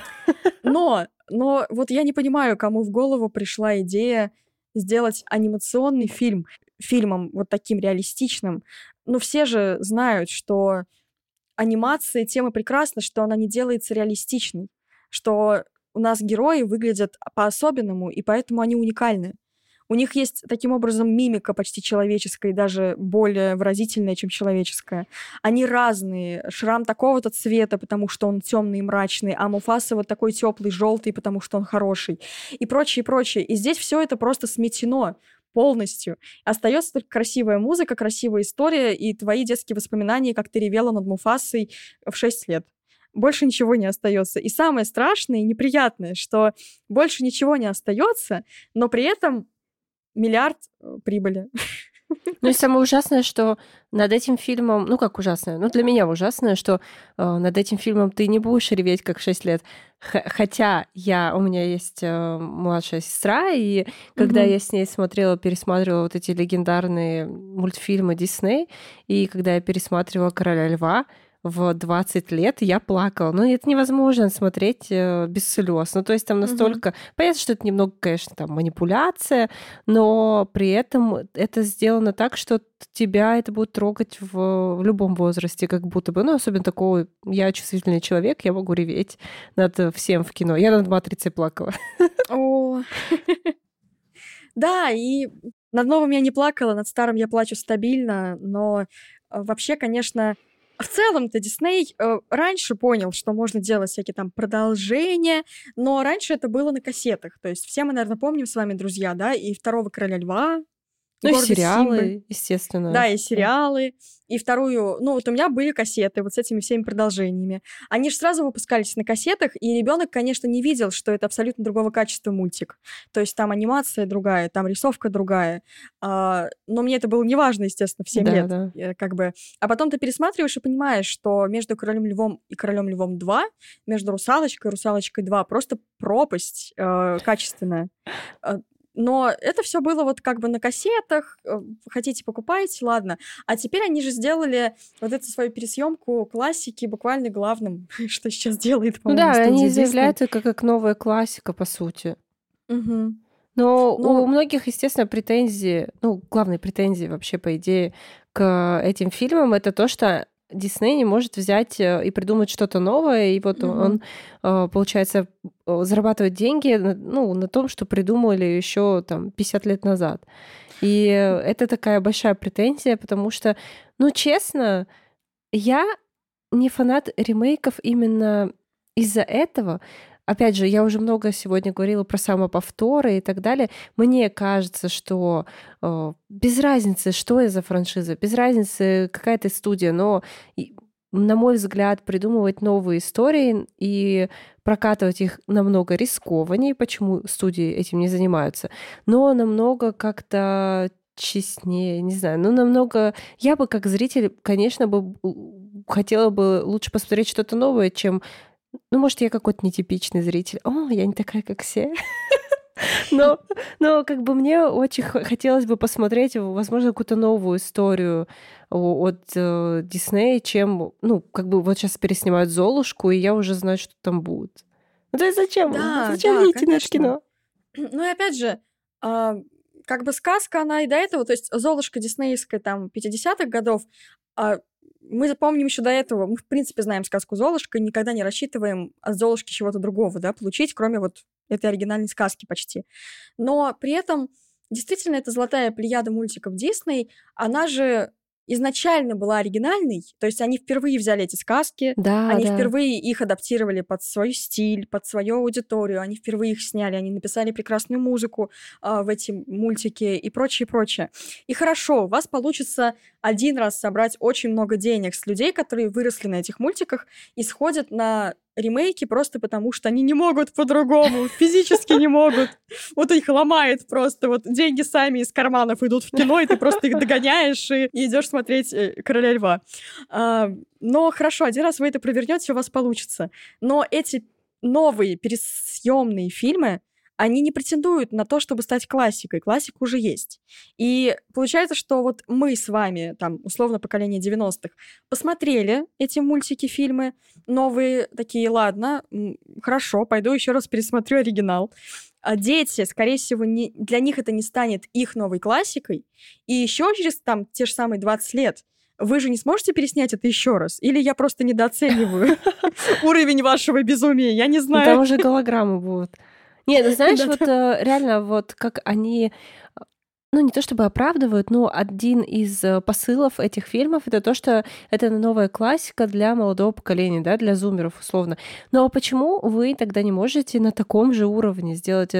Но, но вот я не понимаю, кому в голову пришла идея сделать анимационный фильм фильмом вот таким реалистичным. Но все же знают, что анимация тема прекрасна, что она не делается реалистичной, что у нас герои выглядят по-особенному, и поэтому они уникальны. У них есть таким образом мимика почти человеческая, и даже более выразительная, чем человеческая. Они разные. Шрам такого-то цвета, потому что он темный и мрачный, а Муфаса вот такой теплый, желтый, потому что он хороший. И прочее, и прочее. И здесь все это просто сметено полностью. Остается только красивая музыка, красивая история и твои детские воспоминания, как ты ревела над Муфасой в шесть лет. Больше ничего не остается. И самое страшное и неприятное, что больше ничего не остается, но при этом миллиард э, прибыли. Ну и самое ужасное, что над этим фильмом, ну как ужасное, ну для меня ужасное, что э, над этим фильмом ты не будешь реветь как шесть лет. Х- хотя я, у меня есть э, младшая сестра, и когда Мгм. я с ней смотрела, пересматривала вот эти легендарные мультфильмы Дисней, и когда я пересматривала «Короля льва», в двадцать лет я плакала. Ну, это невозможно смотреть э, без слез. Ну, то есть там Мгм. настолько... Понятно, что это немного, конечно, там манипуляция, но при этом это сделано так, что тебя это будет трогать в, в любом возрасте, как будто бы. Ну, особенно такого... Я чувствительный человек, я могу реветь над э, всем в кино. Я над «Матрицей» плакала. О, да, и над новым я не плакала, над старым я плачу стабильно, но э, вообще, конечно, в целом-то Дисней э, раньше понял, что можно делать всякие там продолжения, но раньше это было на кассетах. То есть все мы, наверное, помним с вами, друзья, да, и «Второго короля льва», Ну, и «Гордость Симбы». сериалы, естественно. Да, и Да. сериалы, и вторую, ну вот у меня были кассеты вот с этими всеми продолжениями. Они же сразу выпускались на кассетах, и ребенок, конечно, не видел, что это абсолютно другого качества мультик. То есть там анимация другая, там рисовка другая. А, но мне это было неважно, естественно, в семь Да, лет. да. э, Как бы. А потом ты пересматриваешь и понимаешь, что между «Королем львом» и «Королем львом два», между «Русалочкой» и «Русалочкой два» просто пропасть э, качественная. Э, Но это все было вот как бы на кассетах, э, хотите покупайте, ладно. А теперь они же сделали вот эту свою пересъемку классики буквально главным, что сейчас делает, Ну по-моему, да, студия они Disney. заявляют это как, как новая классика, по сути. Мгм. Но у Но многих, естественно, претензии, ну, главные претензии вообще, по идее, к этим фильмам это то, что Дисней не может взять э, и придумать что-то новое, и вот он, мгм. э, получается, э, зарабатывает деньги на, ну, на том, что придумали еще там пятьдесят лет назад. И э, это такая большая претензия, потому что, ну, честно, я не фанат ремейков именно из-за этого. Опять же, я уже много сегодня говорила про самоповторы и так далее. Мне кажется, что э, без разницы, что это за франшиза, без разницы, какая ты студия, но и на мой взгляд, придумывать новые истории и прокатывать их намного рискованнее, почему студии этим не занимаются, но намного как-то честнее, не знаю, ну, намного... Я бы как зритель, конечно, бы хотела бы лучше посмотреть что-то новое, чем... Ну, может, я какой-то нетипичный зритель. О, я не такая, как все. Но, но как бы мне очень хотелось бы посмотреть, возможно, какую-то новую историю от Диснея, э, чем, ну, как бы вот сейчас переснимают «Золушку», и я уже знаю, что там будет. Ну, то есть зачем? Да, зачем да, мне идти на это конечно. кино? Ну и опять же, а, как бы сказка, она и до этого, то есть «Золушка» диснеевская там пятидесятых годов, а, мы запомним еще до этого, мы, в принципе, знаем сказку «Золушка», и никогда не рассчитываем от «Золушки» чего-то другого, да, получить, кроме вот этой оригинальной сказки почти. Но при этом, действительно, эта золотая плеяда мультиков Дисней, она же изначально была оригинальной, то есть они впервые взяли эти сказки, Да, они да. впервые их адаптировали под свой стиль, под свою аудиторию, они впервые их сняли, они написали прекрасную музыку а, в эти мультики и прочее, прочее. И хорошо, у вас получится один раз собрать очень много денег с людей, которые выросли на этих мультиках и сходят на ремейки просто потому, что они не могут по-другому, физически не могут. Вот их ломает просто. Вот деньги сами из карманов идут в кино, и ты просто их догоняешь и, и идешь смотреть «Короля льва». А, но хорошо, один раз вы это провернете, у вас получится. Но эти новые пересъемные фильмы, они не претендуют на то, чтобы стать классикой. Классика уже есть. И получается, что вот мы с вами, там, условно, поколение девяностых, посмотрели эти мультики, фильмы новые, такие, ладно, хорошо, пойду еще раз пересмотрю оригинал. А дети, скорее всего, не, для них это не станет их новой классикой. И еще через там те же самые двадцать лет вы же не сможете переснять это еще раз? Или я просто недооцениваю уровень вашего безумия? Я не знаю. Там уже голограммы будут. Нет, ну знаешь, вот реально вот как они, ну не то чтобы оправдывают, но один из посылов этих фильмов это то, что это новая классика для молодого поколения, да, для зумеров условно. Но почему вы тогда не можете на таком же уровне сделать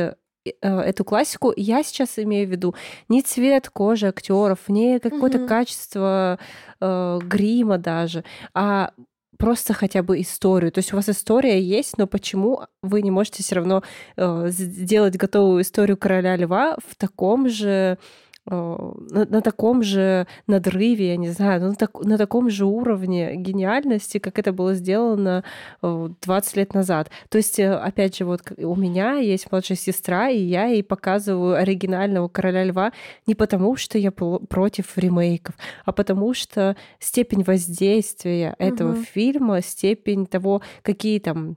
эту классику? Я сейчас имею в виду не цвет кожи актеров, не какое-то Мгм. качество э, грима даже, а просто хотя бы историю. То есть у вас история есть, но почему вы не можете все равно э, сделать готовую историю «Короля льва» в таком же, э, на, на таком же надрыве, я не знаю, на, так, на таком же уровне гениальности, как это было сделано э, двадцать лет назад. То есть, э, опять же, вот у меня есть младшая сестра, и я ей показываю оригинального «Короля льва» не потому, что я против ремейков, а потому что степень воздействия этого Мгм. фильма, степень того, какие там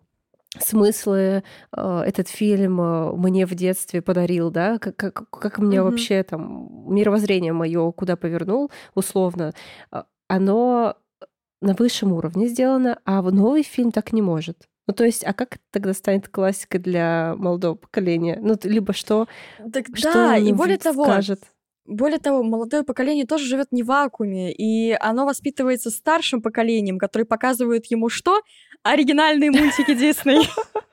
смыслы э, этот фильм э, мне в детстве подарил, да, как, как, как мне Мгм. вообще там мировоззрение мое куда повернул, условно, э, оно на высшем уровне сделано, а в новый фильм так не может. Ну, то есть, а как это тогда станет классикой для молодого поколения? Ну, т- либо что, Так что да, он и им более в- того, скажет? более того, молодое поколение тоже живет не в вакууме, и оно воспитывается старшим поколением, которые показывают ему что? Оригинальные мультики Дисней.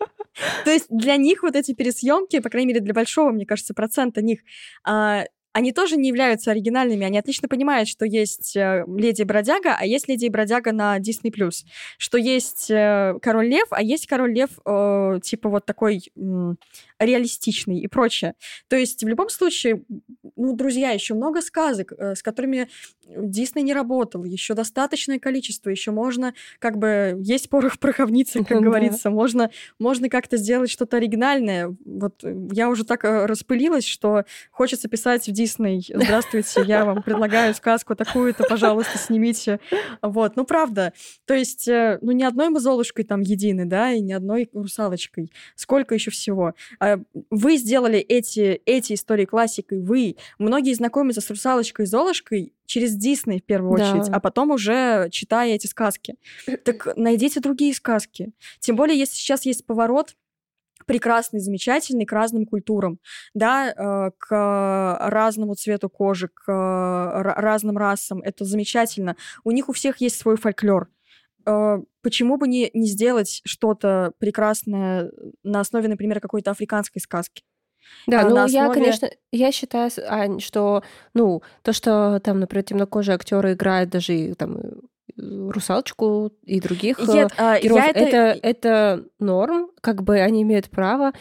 То есть для них вот эти пересъемки, по крайней мере, для большого, мне кажется, процента них, а, они тоже не являются оригинальными. Они отлично понимают, что есть э, «Леди и бродяга», а есть «Леди и бродяга» на Disney+. Что есть э, «Король лев», а есть «Король лев» э, типа вот такой м, реалистичный и прочее. То есть в любом случае, ну, друзья, еще много сказок, э, с которыми Дисней не работал, еще достаточное количество, еще можно как бы есть порох в пороховницах, как Да. говорится, можно, можно как-то сделать что-то оригинальное. Вот э, я уже так э, распылилась, что хочется писать в Дисней: «Здравствуйте, я вам предлагаю сказку такую-то, пожалуйста, снимите». Вот, ну правда. То есть, э, ну ни одной мы Золушкой там едины, да, и ни одной русалочкой. Сколько еще всего? А, Вы сделали эти, эти истории классикой, вы. Многие знакомятся с русалочкой и Золушкой через Дисней в первую очередь, Да. а потом уже читая эти сказки. Так найдите другие сказки. Тем более, если сейчас есть поворот прекрасный, замечательный к разным культурам, да, э, к разному цвету кожи, к э, ра- разным расам. Это замечательно. У них у всех есть свой фольклор. Э, Почему бы не, не сделать что-то прекрасное на основе, например, какой-то африканской сказки? Да, А, на ну я, основе... конечно, я считаю, с- Ань, что, ну, то, что там, например, темнокожие актеры играют даже и там «Русалочку» и других Нет, а, героев. я это... Это, это норм, как бы они имеют право,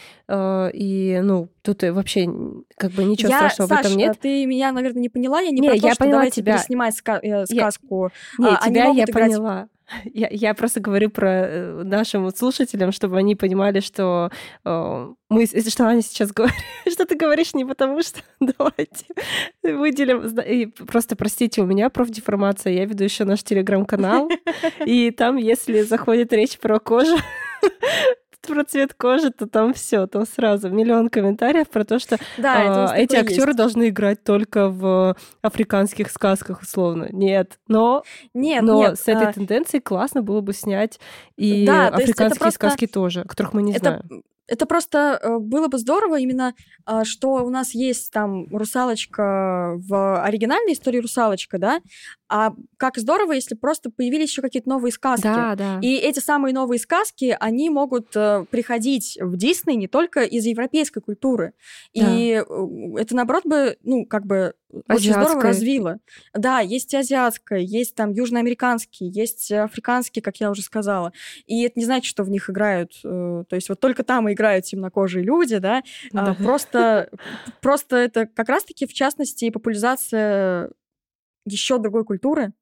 и, ну, тут вообще как бы ничего я, страшного Саш, в этом нет. ты меня, наверное, не поняла. Я не, не, про то, я что поняла давайте тебя. переснимать ска- э, сказку. Не, а, тебя я играть... поняла. Я, я просто говорю про нашим слушателям, чтобы они понимали, что э, мы, что Аня сейчас говорит, что ты говоришь не потому, что давайте выделим. И просто простите, у меня профдеформация, я веду еще наш телеграм-канал, и там, если заходит речь про кожу, про цвет кожи, то там все, там сразу миллион комментариев про то, что да, э, эти актеры должны играть только в африканских сказках, условно. Нет, но, нет, но нет, с этой а... тенденцией классно было бы снять и да, африканские просто... сказки тоже, которых мы не это... знаем. Это просто было бы здорово именно, что у нас есть там русалочка в оригинальной истории «Русалочка», да, а как здорово, если просто появились еще какие-то новые сказки. Да, да. И эти самые новые сказки, они могут приходить в Дисней не только из европейской культуры. Да. И это, наоборот, бы, ну, как бы очень здорово развило. Да, есть азиатская, есть там южноамериканские, есть африканские, как я уже сказала. И это не значит, что в них играют, то есть вот только там и играют темнокожие люди, да, да. А, просто, просто это как раз-таки, в частности, популяризация еще другой культуры,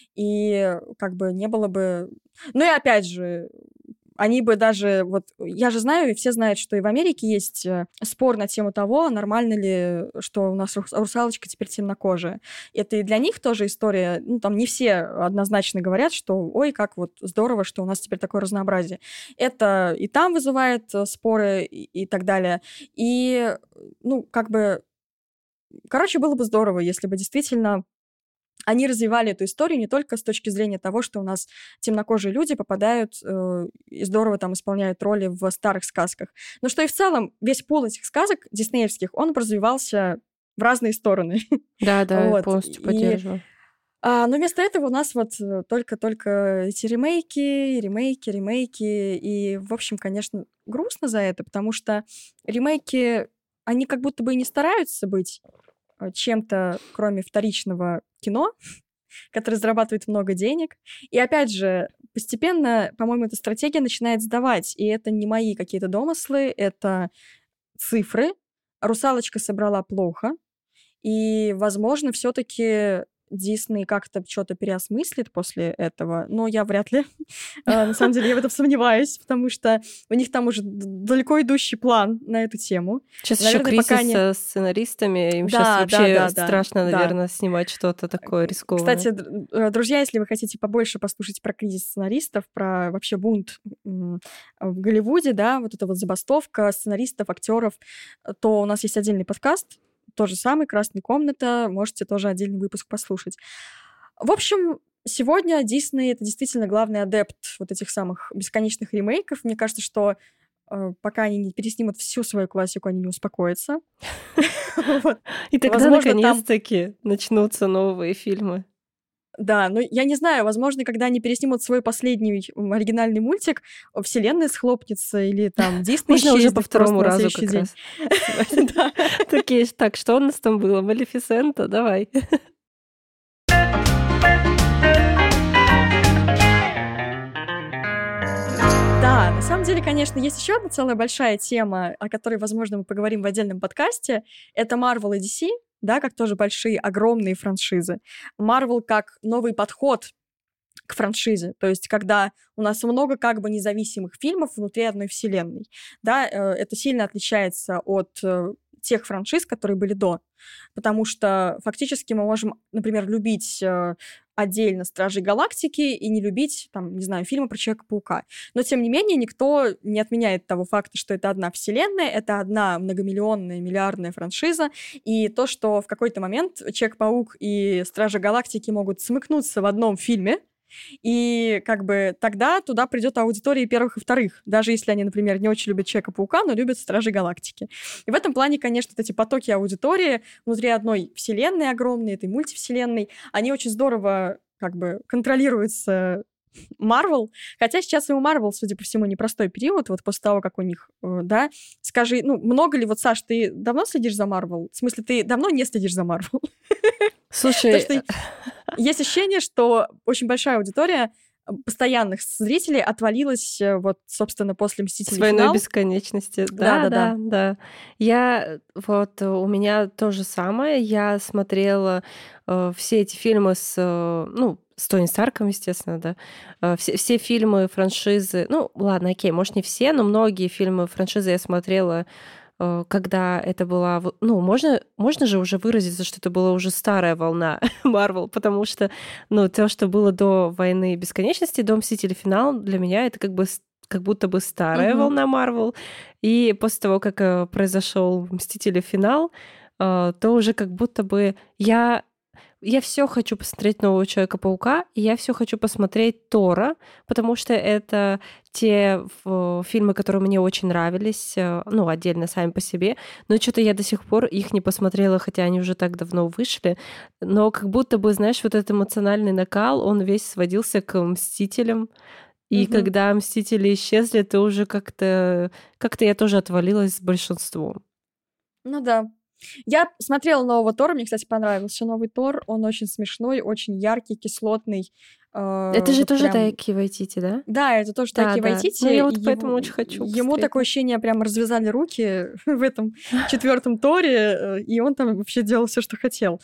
и как бы не было бы... Ну и опять же, они бы даже... Вот я же знаю, и все знают, что и в Америке есть спор на тему того, нормально ли, что у нас русалочка теперь темнокожая. Это и для них тоже история. Ну, там не все однозначно говорят, что ой, как вот здорово, что у нас теперь такое разнообразие. Это и там вызывает споры и, и так далее. И, ну, как бы... Короче, было бы здорово, если бы действительно они развивали эту историю не только с точки зрения того, что у нас темнокожие люди попадают э, и здорово там исполняют роли в старых сказках, но что и в целом весь пул этих сказок диснеевских, он развивался в разные стороны. Да, да, вот. полностью и, поддерживаю. А, но вместо этого у нас вот только-только эти ремейки, ремейки, ремейки, и, в общем, конечно, грустно за это, потому что ремейки, они как будто бы и не стараются быть чем-то, кроме вторичного кино, которое зарабатывает много денег. И опять же, постепенно, по-моему, эта стратегия начинает сдавать. И это не мои какие-то домыслы, это цифры. «Русалочка» собрала плохо. И, возможно, все-таки Дисней как-то что-то переосмыслит после этого, но я вряд ли. На самом деле я в этом сомневаюсь, потому что у них там уже далеко идущий план на эту тему. Сейчас еще кризис со сценаристами, им сейчас вообще страшно, наверное, снимать что-то такое рискованное. Кстати, друзья, если вы хотите побольше послушать про кризис сценаристов, про вообще бунт в Голливуде, да, вот эта вот забастовка сценаристов, актеров, то у нас есть отдельный подкаст, тот же самый «Красная комната», можете тоже отдельный выпуск послушать. В общем, сегодня Дисней — это действительно главный адепт вот этих самых бесконечных ремейков. Мне кажется, что э, пока они не переснимут всю свою классику, они не успокоятся. И тогда, наконец-таки, начнутся новые фильмы. Да, но я не знаю, возможно, когда они переснимут свой последний оригинальный мультик, вселенная схлопнется или там Дисней исчезнет. Можно уже по второму разу как день. раз. Такие, так, что у нас там было? Малефисента? Давай. Да, на самом деле, конечно, есть еще одна целая большая тема, о которой, возможно, мы поговорим в отдельном подкасте. Это Marvel и ди си. Да, как тоже большие, огромные франшизы. Marvel как новый подход к франшизе, то есть когда у нас много как бы независимых фильмов внутри одной вселенной. Да, это сильно отличается от тех франшиз, которые были до, потому что фактически мы можем, например, любить отдельно «Стражей Галактики» и не любить, там, не знаю, фильмы про Человека-паука. Но, тем не менее, никто не отменяет того факта, что это одна вселенная, это одна многомиллионная, миллиардная франшиза, и то, что в какой-то момент Человек-паук и Стражи Галактики могут смыкнуться в одном фильме, и как бы тогда туда придет аудитория первых и вторых, даже если они, например, не очень любят Человека-паука, но любят Стражей Галактики. И в этом плане, конечно, вот эти потоки аудитории внутри одной вселенной огромной, этой мультивселенной, они очень здорово как бы контролируются Marvel, хотя сейчас и у Marvel, судя по всему, непростой период, вот после того, как у них, да, скажи, ну, много ли, вот, Саш, ты давно следишь за Marvel? В смысле, ты давно не следишь за Marvel? Слушай, что... Есть ощущение, что очень большая аудитория постоянных зрителей отвалилась вот, собственно, после «Мстителей» С «Войной финал. бесконечности». Да, Да, да, да. да, да. Я вот у меня то же самое. Я смотрела э, все эти фильмы с, э, ну, с Тони Старком, естественно, да. Э, все, все фильмы франшизы. Ну, ладно, окей, может, не все, но многие фильмы франшизы я смотрела, э, когда это была... в- Ну, можно, можно же уже выразиться, что это была уже старая волна Марвел, потому что, ну, то, что было до «Войны бесконечности», до «Мстителей. Финал», для меня это как бы с- как будто бы старая Мгм. волна Марвел. И после того, как э, произошел «Мстители. Финал», э, то уже как будто бы я я все хочу посмотреть нового Человека-паука, и я все хочу посмотреть Тора, потому что это те ф- фильмы, которые мне очень нравились, э, ну, отдельно сами по себе, но что-то я до сих пор их не посмотрела, хотя они уже так давно вышли. Но как будто бы, знаешь, вот этот эмоциональный накал, он весь сводился к «Мстителям». И Мгм. когда «Мстители» исчезли, то уже как-то как-то я тоже отвалилась с большинством. Ну да. Я смотрела нового Тора, мне, кстати, понравился новый Тор. Он очень смешной, очень яркий, кислотный. э, Это же Вот тоже прям... Тайки Вайтити, да? Да, это тоже Да, Таки да. Ну, я Вайтити. вот и поэтому Его... очень хочу Ему посмотреть, такое да. ощущение, прям развязали руки в этом четвертом Торе, э, и он там вообще делал все, что хотел.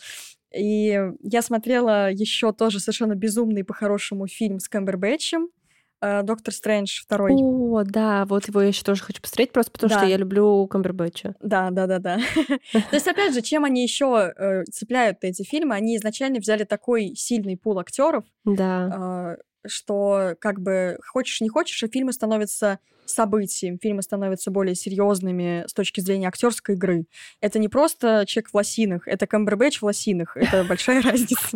И я смотрела еще тоже совершенно безумный по-хорошему фильм с Камбербэтчем, э, «Доктор Стрэндж» второй. О, да, вот его я еще тоже хочу посмотреть, просто потому что Да, я люблю Камбербэтча. да, да, да, да. То есть, опять же, чем они еще э, цепляют эти фильмы, они изначально взяли такой сильный пул актеров, Да. а, что как бы хочешь не хочешь, а фильмы становятся событием, фильмы становятся более серьезными с точки зрения актерской игры. Это не просто человек в лосинах, это Камбербэтч в лосинах. Это большая разница.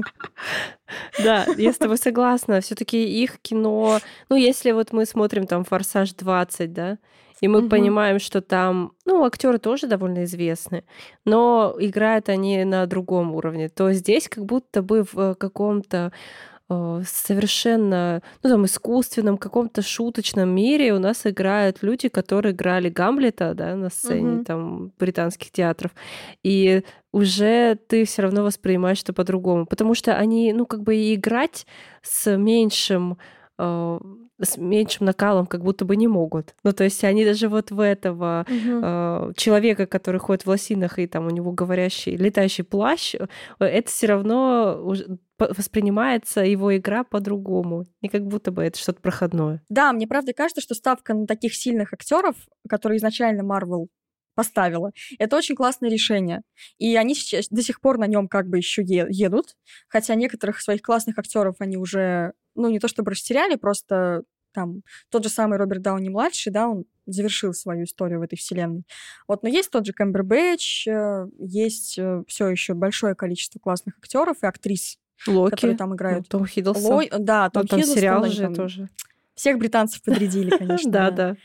Да, я с тобой согласна. Все-таки их кино, ну, если вот мы смотрим там «Форсаж двадцать», да, и мы Мгм. понимаем, что там, ну, актеры тоже довольно известны, но играют они на другом уровне, то здесь как будто бы в э, каком-то э, совершенно, ну, там, искусственном, каком-то шуточном мире у нас играют люди, которые играли Гамлета, да, на сцене Мгм. там британских театров, и уже ты все равно воспринимаешь это по-другому, потому что они, ну, как бы и играть с меньшим э, с меньшим накалом как будто бы не могут. Ну, то есть они даже вот в этого Мгм. э, человека, который ходит в лосинах, и там у него говорящий, летающий плащ, э, это все равно уже п- воспринимается его игра по-другому. Не как будто бы это что-то проходное. Да, мне правда кажется, что ставка на таких сильных актеров, которые изначально Марвел поставила, это очень классное решение. И они сейчас до сих пор на нем как бы еще едут, хотя некоторых своих классных актеров они уже, ну, не то чтобы растеряли, просто там тот же самый Роберт Дауни-младший, да, он завершил свою историю в этой вселенной. Вот, но есть тот же Камбербэтч, э, есть все еще большое количество классных актеров и актрис, которые Локи, там ну, играют. Том Хиддлстон. Лой, да, Ну, Том там Хиддлстон, сериал они же там тоже. всех британцев подрядили, конечно, Да, да. да.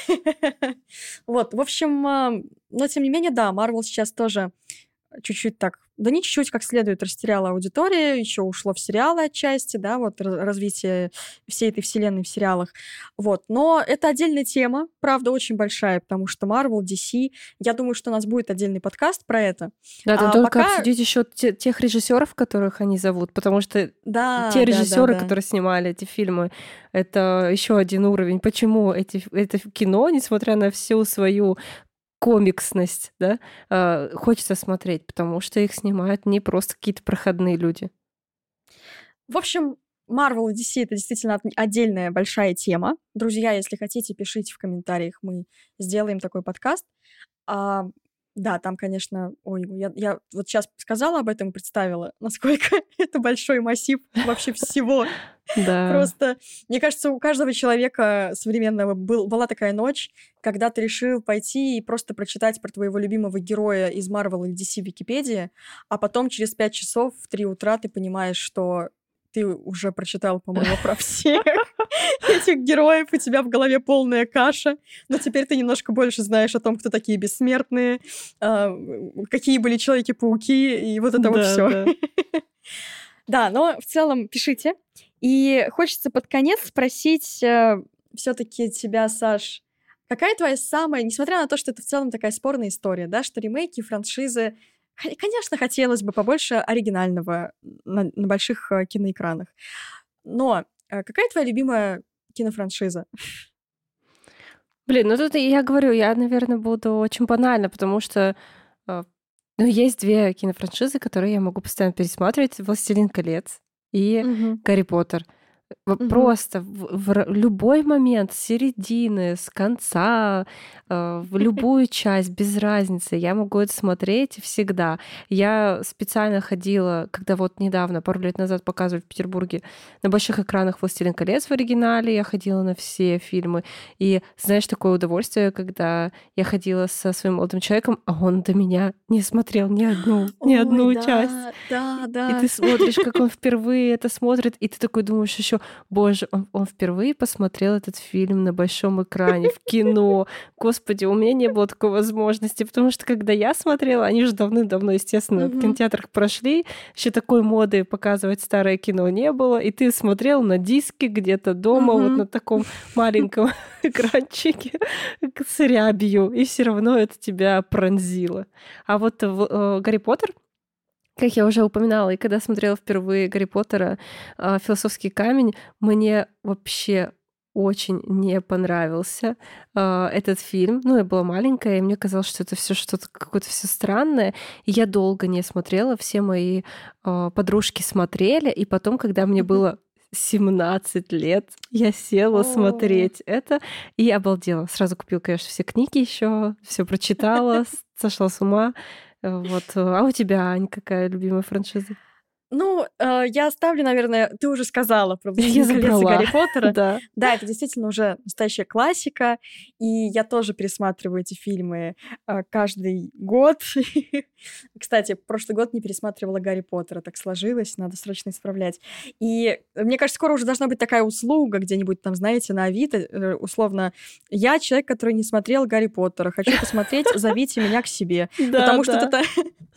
Вот, в общем, а, но тем не менее, да, Марвел сейчас тоже чуть-чуть так, да не чуть-чуть, как следует растеряла аудиторию, еще ушло в сериалы отчасти, да, вот ра- развитие всей этой вселенной в сериалах. Вот, но это отдельная тема, правда, очень большая, потому что Marvel, ди си, я думаю, что у нас будет отдельный подкаст про это. Надо А только пока, обсудить еще тех режиссеров, которых они зовут, потому что да, те да, да, режиссеры, да. которые снимали эти фильмы, это еще один уровень. Почему эти, это кино, несмотря на всю свою комиксность, да, э, хочется смотреть, потому что их снимают не просто какие-то проходные люди. В общем, Marvel и ди си — это действительно от- отдельная большая тема. Друзья, если хотите, пишите в комментариях, мы сделаем такой подкаст. А, да, там, конечно, ой, я, я вот сейчас сказала об этом и представила, насколько это большой массив вообще всего. Да. Просто, мне кажется, у каждого человека современного был, была такая ночь, когда ты решил пойти и просто прочитать про твоего любимого героя из Marvel или ди си в Википедии, а потом через пять часов в три утра ты понимаешь, что ты уже прочитал, по-моему, про всех этих героев, у тебя в голове полная каша, но теперь ты немножко больше знаешь о том, кто такие бессмертные, а, какие были Человеки-пауки, и вот это вот Да, все. да. Да, но в целом пишите. И хочется под конец спросить все-таки тебя, Саш, какая твоя самая, несмотря на то, что это в целом такая спорная история, да, что ремейки, франшизы, конечно, хотелось бы побольше оригинального на, на больших э, киноэкранах. Но э, какая твоя любимая кинофраншиза? Блин, ну тут я говорю, я, наверное, буду очень банально, потому что э, ну, есть две кинофраншизы, которые я могу постоянно пересматривать. «Властелин колец» и Мгм. «Гарри Поттер». В- Мгм. Просто в, в р- любой момент, с середины, с конца, э, в любую часть, без разницы, я могу это смотреть всегда. Я специально ходила, когда вот недавно, пару лет назад показывали в Петербурге на больших экранах «Властелин колец» в оригинале, я ходила на все фильмы. И знаешь, такое удовольствие, когда я ходила со своим молодым человеком, а он до меня не смотрел ни одну, ни Ой, одну часть. да, да, И ты да. смотришь, как он впервые это смотрит, и ты такой думаешь еще, боже, он, он впервые посмотрел этот фильм на большом экране, в кино. Господи, у меня не было такой возможности, потому что когда я смотрела, они же давным-давно, естественно, в Мгм. кинотеатрах прошли, еще такой моды показывать старое кино не было, и ты смотрел на диске где-то дома, вот Мгм. на таком маленьком экранчике с рябью, и все равно это тебя пронзило. А вот в, э, Гарри Поттер, как я уже упоминала, и когда смотрела впервые Гарри Поттера, а, «Философский камень», мне вообще очень не понравился а, этот фильм. Ну, я была маленькая, и мне казалось, что это все что-то какое-то все странное. И я долго не смотрела. Все мои а, подружки смотрели, и потом, когда мне Мгм. было семнадцать лет, я села О, смотреть это и обалдела. Сразу купила, конечно, все книги еще, все прочитала, с- сошла с ума. Э, Вот. э, А у тебя, Ань, какая любимая франшиза? Ну, э, я оставлю, наверное, ты уже сказала про Я «Властелин колец» и забрала. «Гарри Поттера». Да. Да, это действительно уже настоящая классика, и я тоже пересматриваю эти фильмы э, каждый год. Кстати, прошлый год не пересматривала «Гарри Поттера», так сложилось, надо срочно исправлять. И мне кажется, скоро уже должна быть такая услуга где-нибудь там, знаете, на Авито, э, условно, я человек, который не смотрел «Гарри Поттера», хочу посмотреть, зовите меня к себе. Да, Потому что вот да. это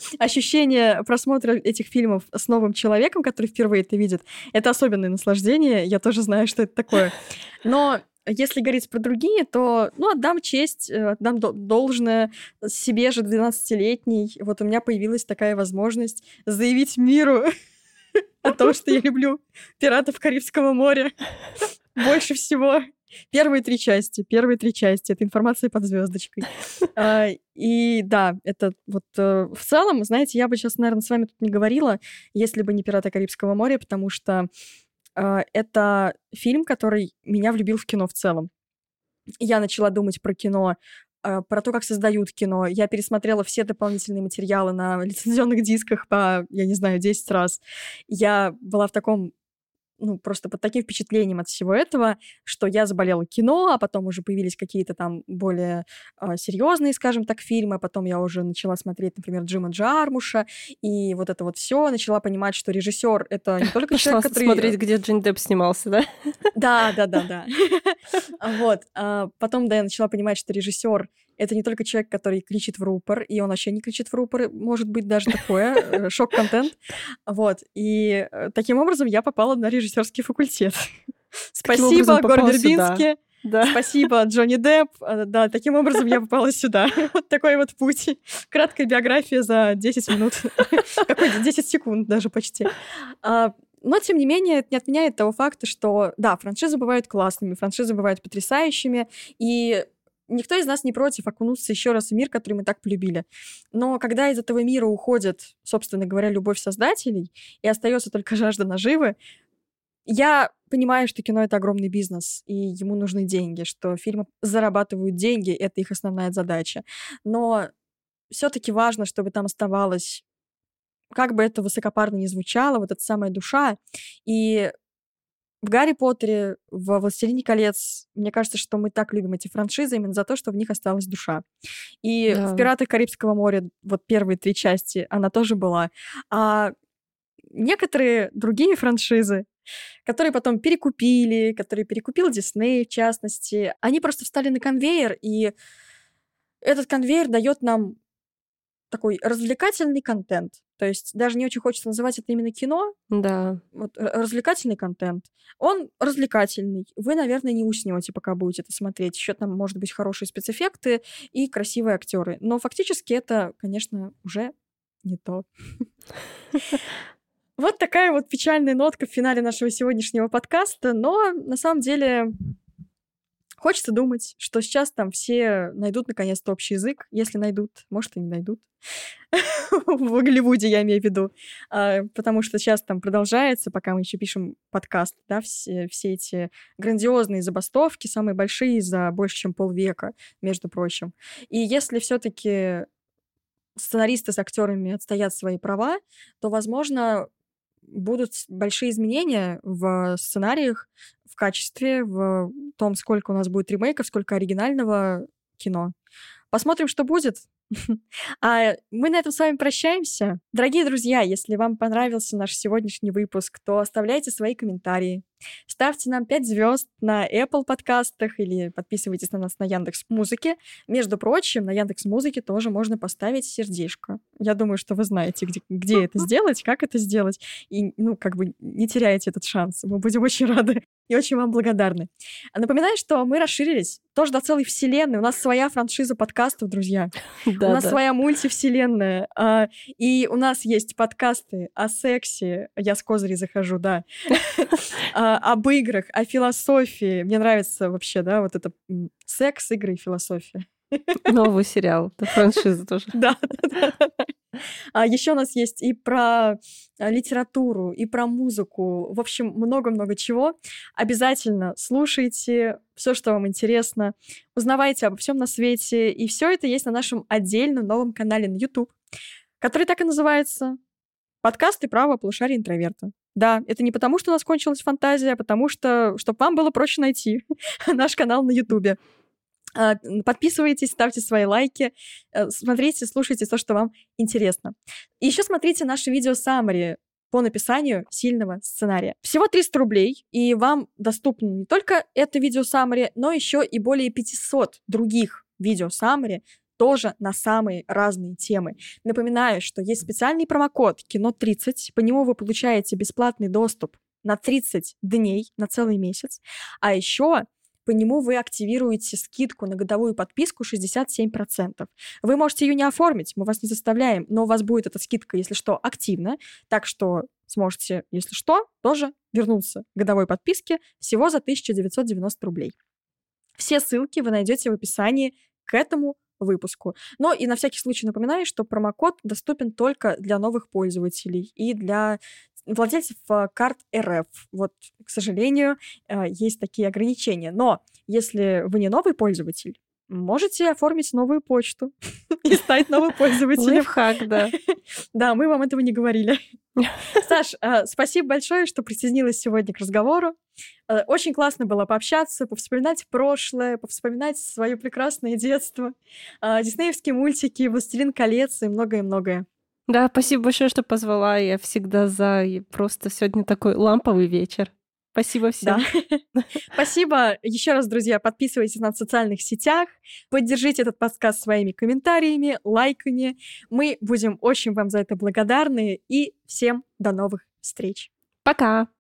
ощущение просмотра этих фильмов с новым человеком, который впервые это видит, это особенное наслаждение. Я тоже знаю, что это такое. Но если говорить про другие, то, ну, отдам честь, э, отдам до- должное себе же двенадцатилетней. Вот у меня появилась такая возможность заявить миру о том, что я люблю «Пиратов Карибского моря» больше всего. Первые три части, первые три части. Это информация под звездочкой. А, И да, это вот э, в целом, знаете, я бы сейчас, наверное, с вами тут не говорила, если бы не «Пираты Карибского моря», потому что а, это фильм, который меня влюбил в кино в целом. Я начала думать про кино, а, про то, как создают кино. Я пересмотрела все дополнительные материалы на лицензионных дисках по, я не знаю, десять раз. Я была в таком ну, просто под таким впечатлением от всего этого, что я заболела кино, а потом уже появились какие-то там более а, серьезные, скажем так, фильмы, а потом я уже начала смотреть, например, Джима Джармуша, и вот это вот все, начала понимать, что режиссер — это не только Пошла человек, с- который... э, смотреть, где Джонни Депп снимался, да? Да, да, да, да. Вот. А потом, да, я начала понимать, что режиссер это не только человек, который кричит в рупор, и он вообще не кричит в рупор, может быть даже такое, э, шок-контент. Вот. И э, таким образом я попала на режиссерский факультет. Каким образом Спасибо, Гор попала сюда? Вербински. Да. Спасибо, Джонни Депп. А, Да, таким образом я попала сюда. Вот такой вот путь. Краткая биография за десять минут. Какой десять секунд даже почти. А, Но, тем не менее, это не отменяет того факта, что, да, франшизы бывают классными, франшизы бывают потрясающими, и никто из нас не против окунуться еще раз в мир, который мы так полюбили. Но когда из этого мира уходит, собственно говоря, любовь создателей, и остается только жажда наживы, я понимаю, что кино — это огромный бизнес, и ему нужны деньги, что фильмы зарабатывают деньги, это их основная задача. Но все-таки важно, чтобы там оставалось, как бы это высокопарно ни звучало, вот эта самая душа. И в «Гарри Поттере», во «Властелине колец», мне кажется, что мы так любим эти франшизы именно за то, что в них осталась душа. И в Да. «Пиратах Карибского моря» вот первые три части, она тоже была. А некоторые другие франшизы, которые потом перекупили, которые перекупил Дисней, в частности, они просто встали на конвейер, и этот конвейер дает нам такой развлекательный контент. То есть даже не очень хочется называть это именно кино, Да. вот р- развлекательный контент. Он развлекательный. Вы, наверное, не уснете, пока будете это смотреть. Еще там, может быть, хорошие спецэффекты и красивые актеры. Но фактически это, конечно, уже не то. Вот такая вот печальная нотка в финале нашего сегодняшнего подкаста, но на самом деле хочется думать, что сейчас там все найдут наконец-то общий язык, если найдут, может, и не найдут. В Голливуде, я имею в виду. А, потому что сейчас там продолжается, пока мы еще пишем подкаст, да, все, все эти грандиозные забастовки, самые большие за больше, чем полвека, между прочим. И если все-таки сценаристы с актерами отстоят свои права, то, возможно, будут большие изменения в сценариях, в качестве, в том, сколько у нас будет ремейков, сколько оригинального кино. Посмотрим, что будет. А мы на этом с вами прощаемся. Дорогие друзья, если вам понравился наш сегодняшний выпуск, то оставляйте свои комментарии. Ставьте нам пять звезд на Apple подкастах или подписывайтесь на нас на Яндекс.Музыке. Между прочим, на Яндекс.Музыке тоже можно поставить сердечко. Я думаю, что вы знаете, где, где это сделать, как это сделать. И, ну, как бы не теряйте этот шанс. Мы будем очень рады и очень вам благодарны. Напоминаю, что мы расширились тоже до целой вселенной. У нас своя франшиза подкастов, друзья. Да, у нас да. своя мультивселенная. И у нас есть подкасты о сексе. Я с козырей захожу, да. Об играх, о философии. Мне нравится вообще, да, вот это секс, игры и философия. Новый сериал, это франшиза тоже. Да, да, да. А еще у нас есть и про литературу, и про музыку. В общем, много-много чего. Обязательно слушайте все, что вам интересно. Узнавайте обо всем на свете. И все это есть на нашем отдельном новом канале на YouTube, который так и называется «Подкасты правого полушария интроверта». Да, это не потому, что у нас кончилась фантазия, а потому что, чтобы вам было проще найти наш канал на Ютубе. Подписывайтесь, ставьте свои лайки, смотрите, слушайте то, что вам интересно. И еще смотрите наши видео саммари по написанию сильного сценария. Всего триста рублей, и вам доступно не только это видео саммари, но еще и более пятьсот других видео саммари, тоже на самые разные темы. Напоминаю, что есть специальный промокод кино тридцать, по нему вы получаете бесплатный доступ на тридцать дней, на целый месяц, а еще по нему вы активируете скидку на годовую подписку шестьдесят семь процентов. Вы можете ее не оформить, мы вас не заставляем, но у вас будет эта скидка, если что, активна, так что сможете, если что, тоже вернуться к годовой подписке всего за тысяча девятьсот девяносто рублей. Все ссылки вы найдете в описании к этому выпуску. Но и на всякий случай напоминаю, что промокод доступен только для новых пользователей и для владельцев карт эр эф. Вот, к сожалению, есть такие ограничения. Но если вы не новый пользователь, можете оформить новую почту и стать новым пользователем. Лайфхак, да. Да, мы вам этого не говорили. Саш, спасибо большое, что присоединилась сегодня к разговору. Очень классно было пообщаться, повспоминать прошлое, повспоминать свое прекрасное детство, диснеевские мультики, «Властелин колец» и многое-многое. Да, спасибо большое, что позвала. Я всегда за. И просто сегодня такой ламповый вечер. Спасибо всем. Да. Спасибо. Еще раз, друзья, подписывайтесь на нас в социальных сетях, поддержите этот подкаст своими комментариями, лайками. Мы будем очень вам за это благодарны. И всем до новых встреч. Пока.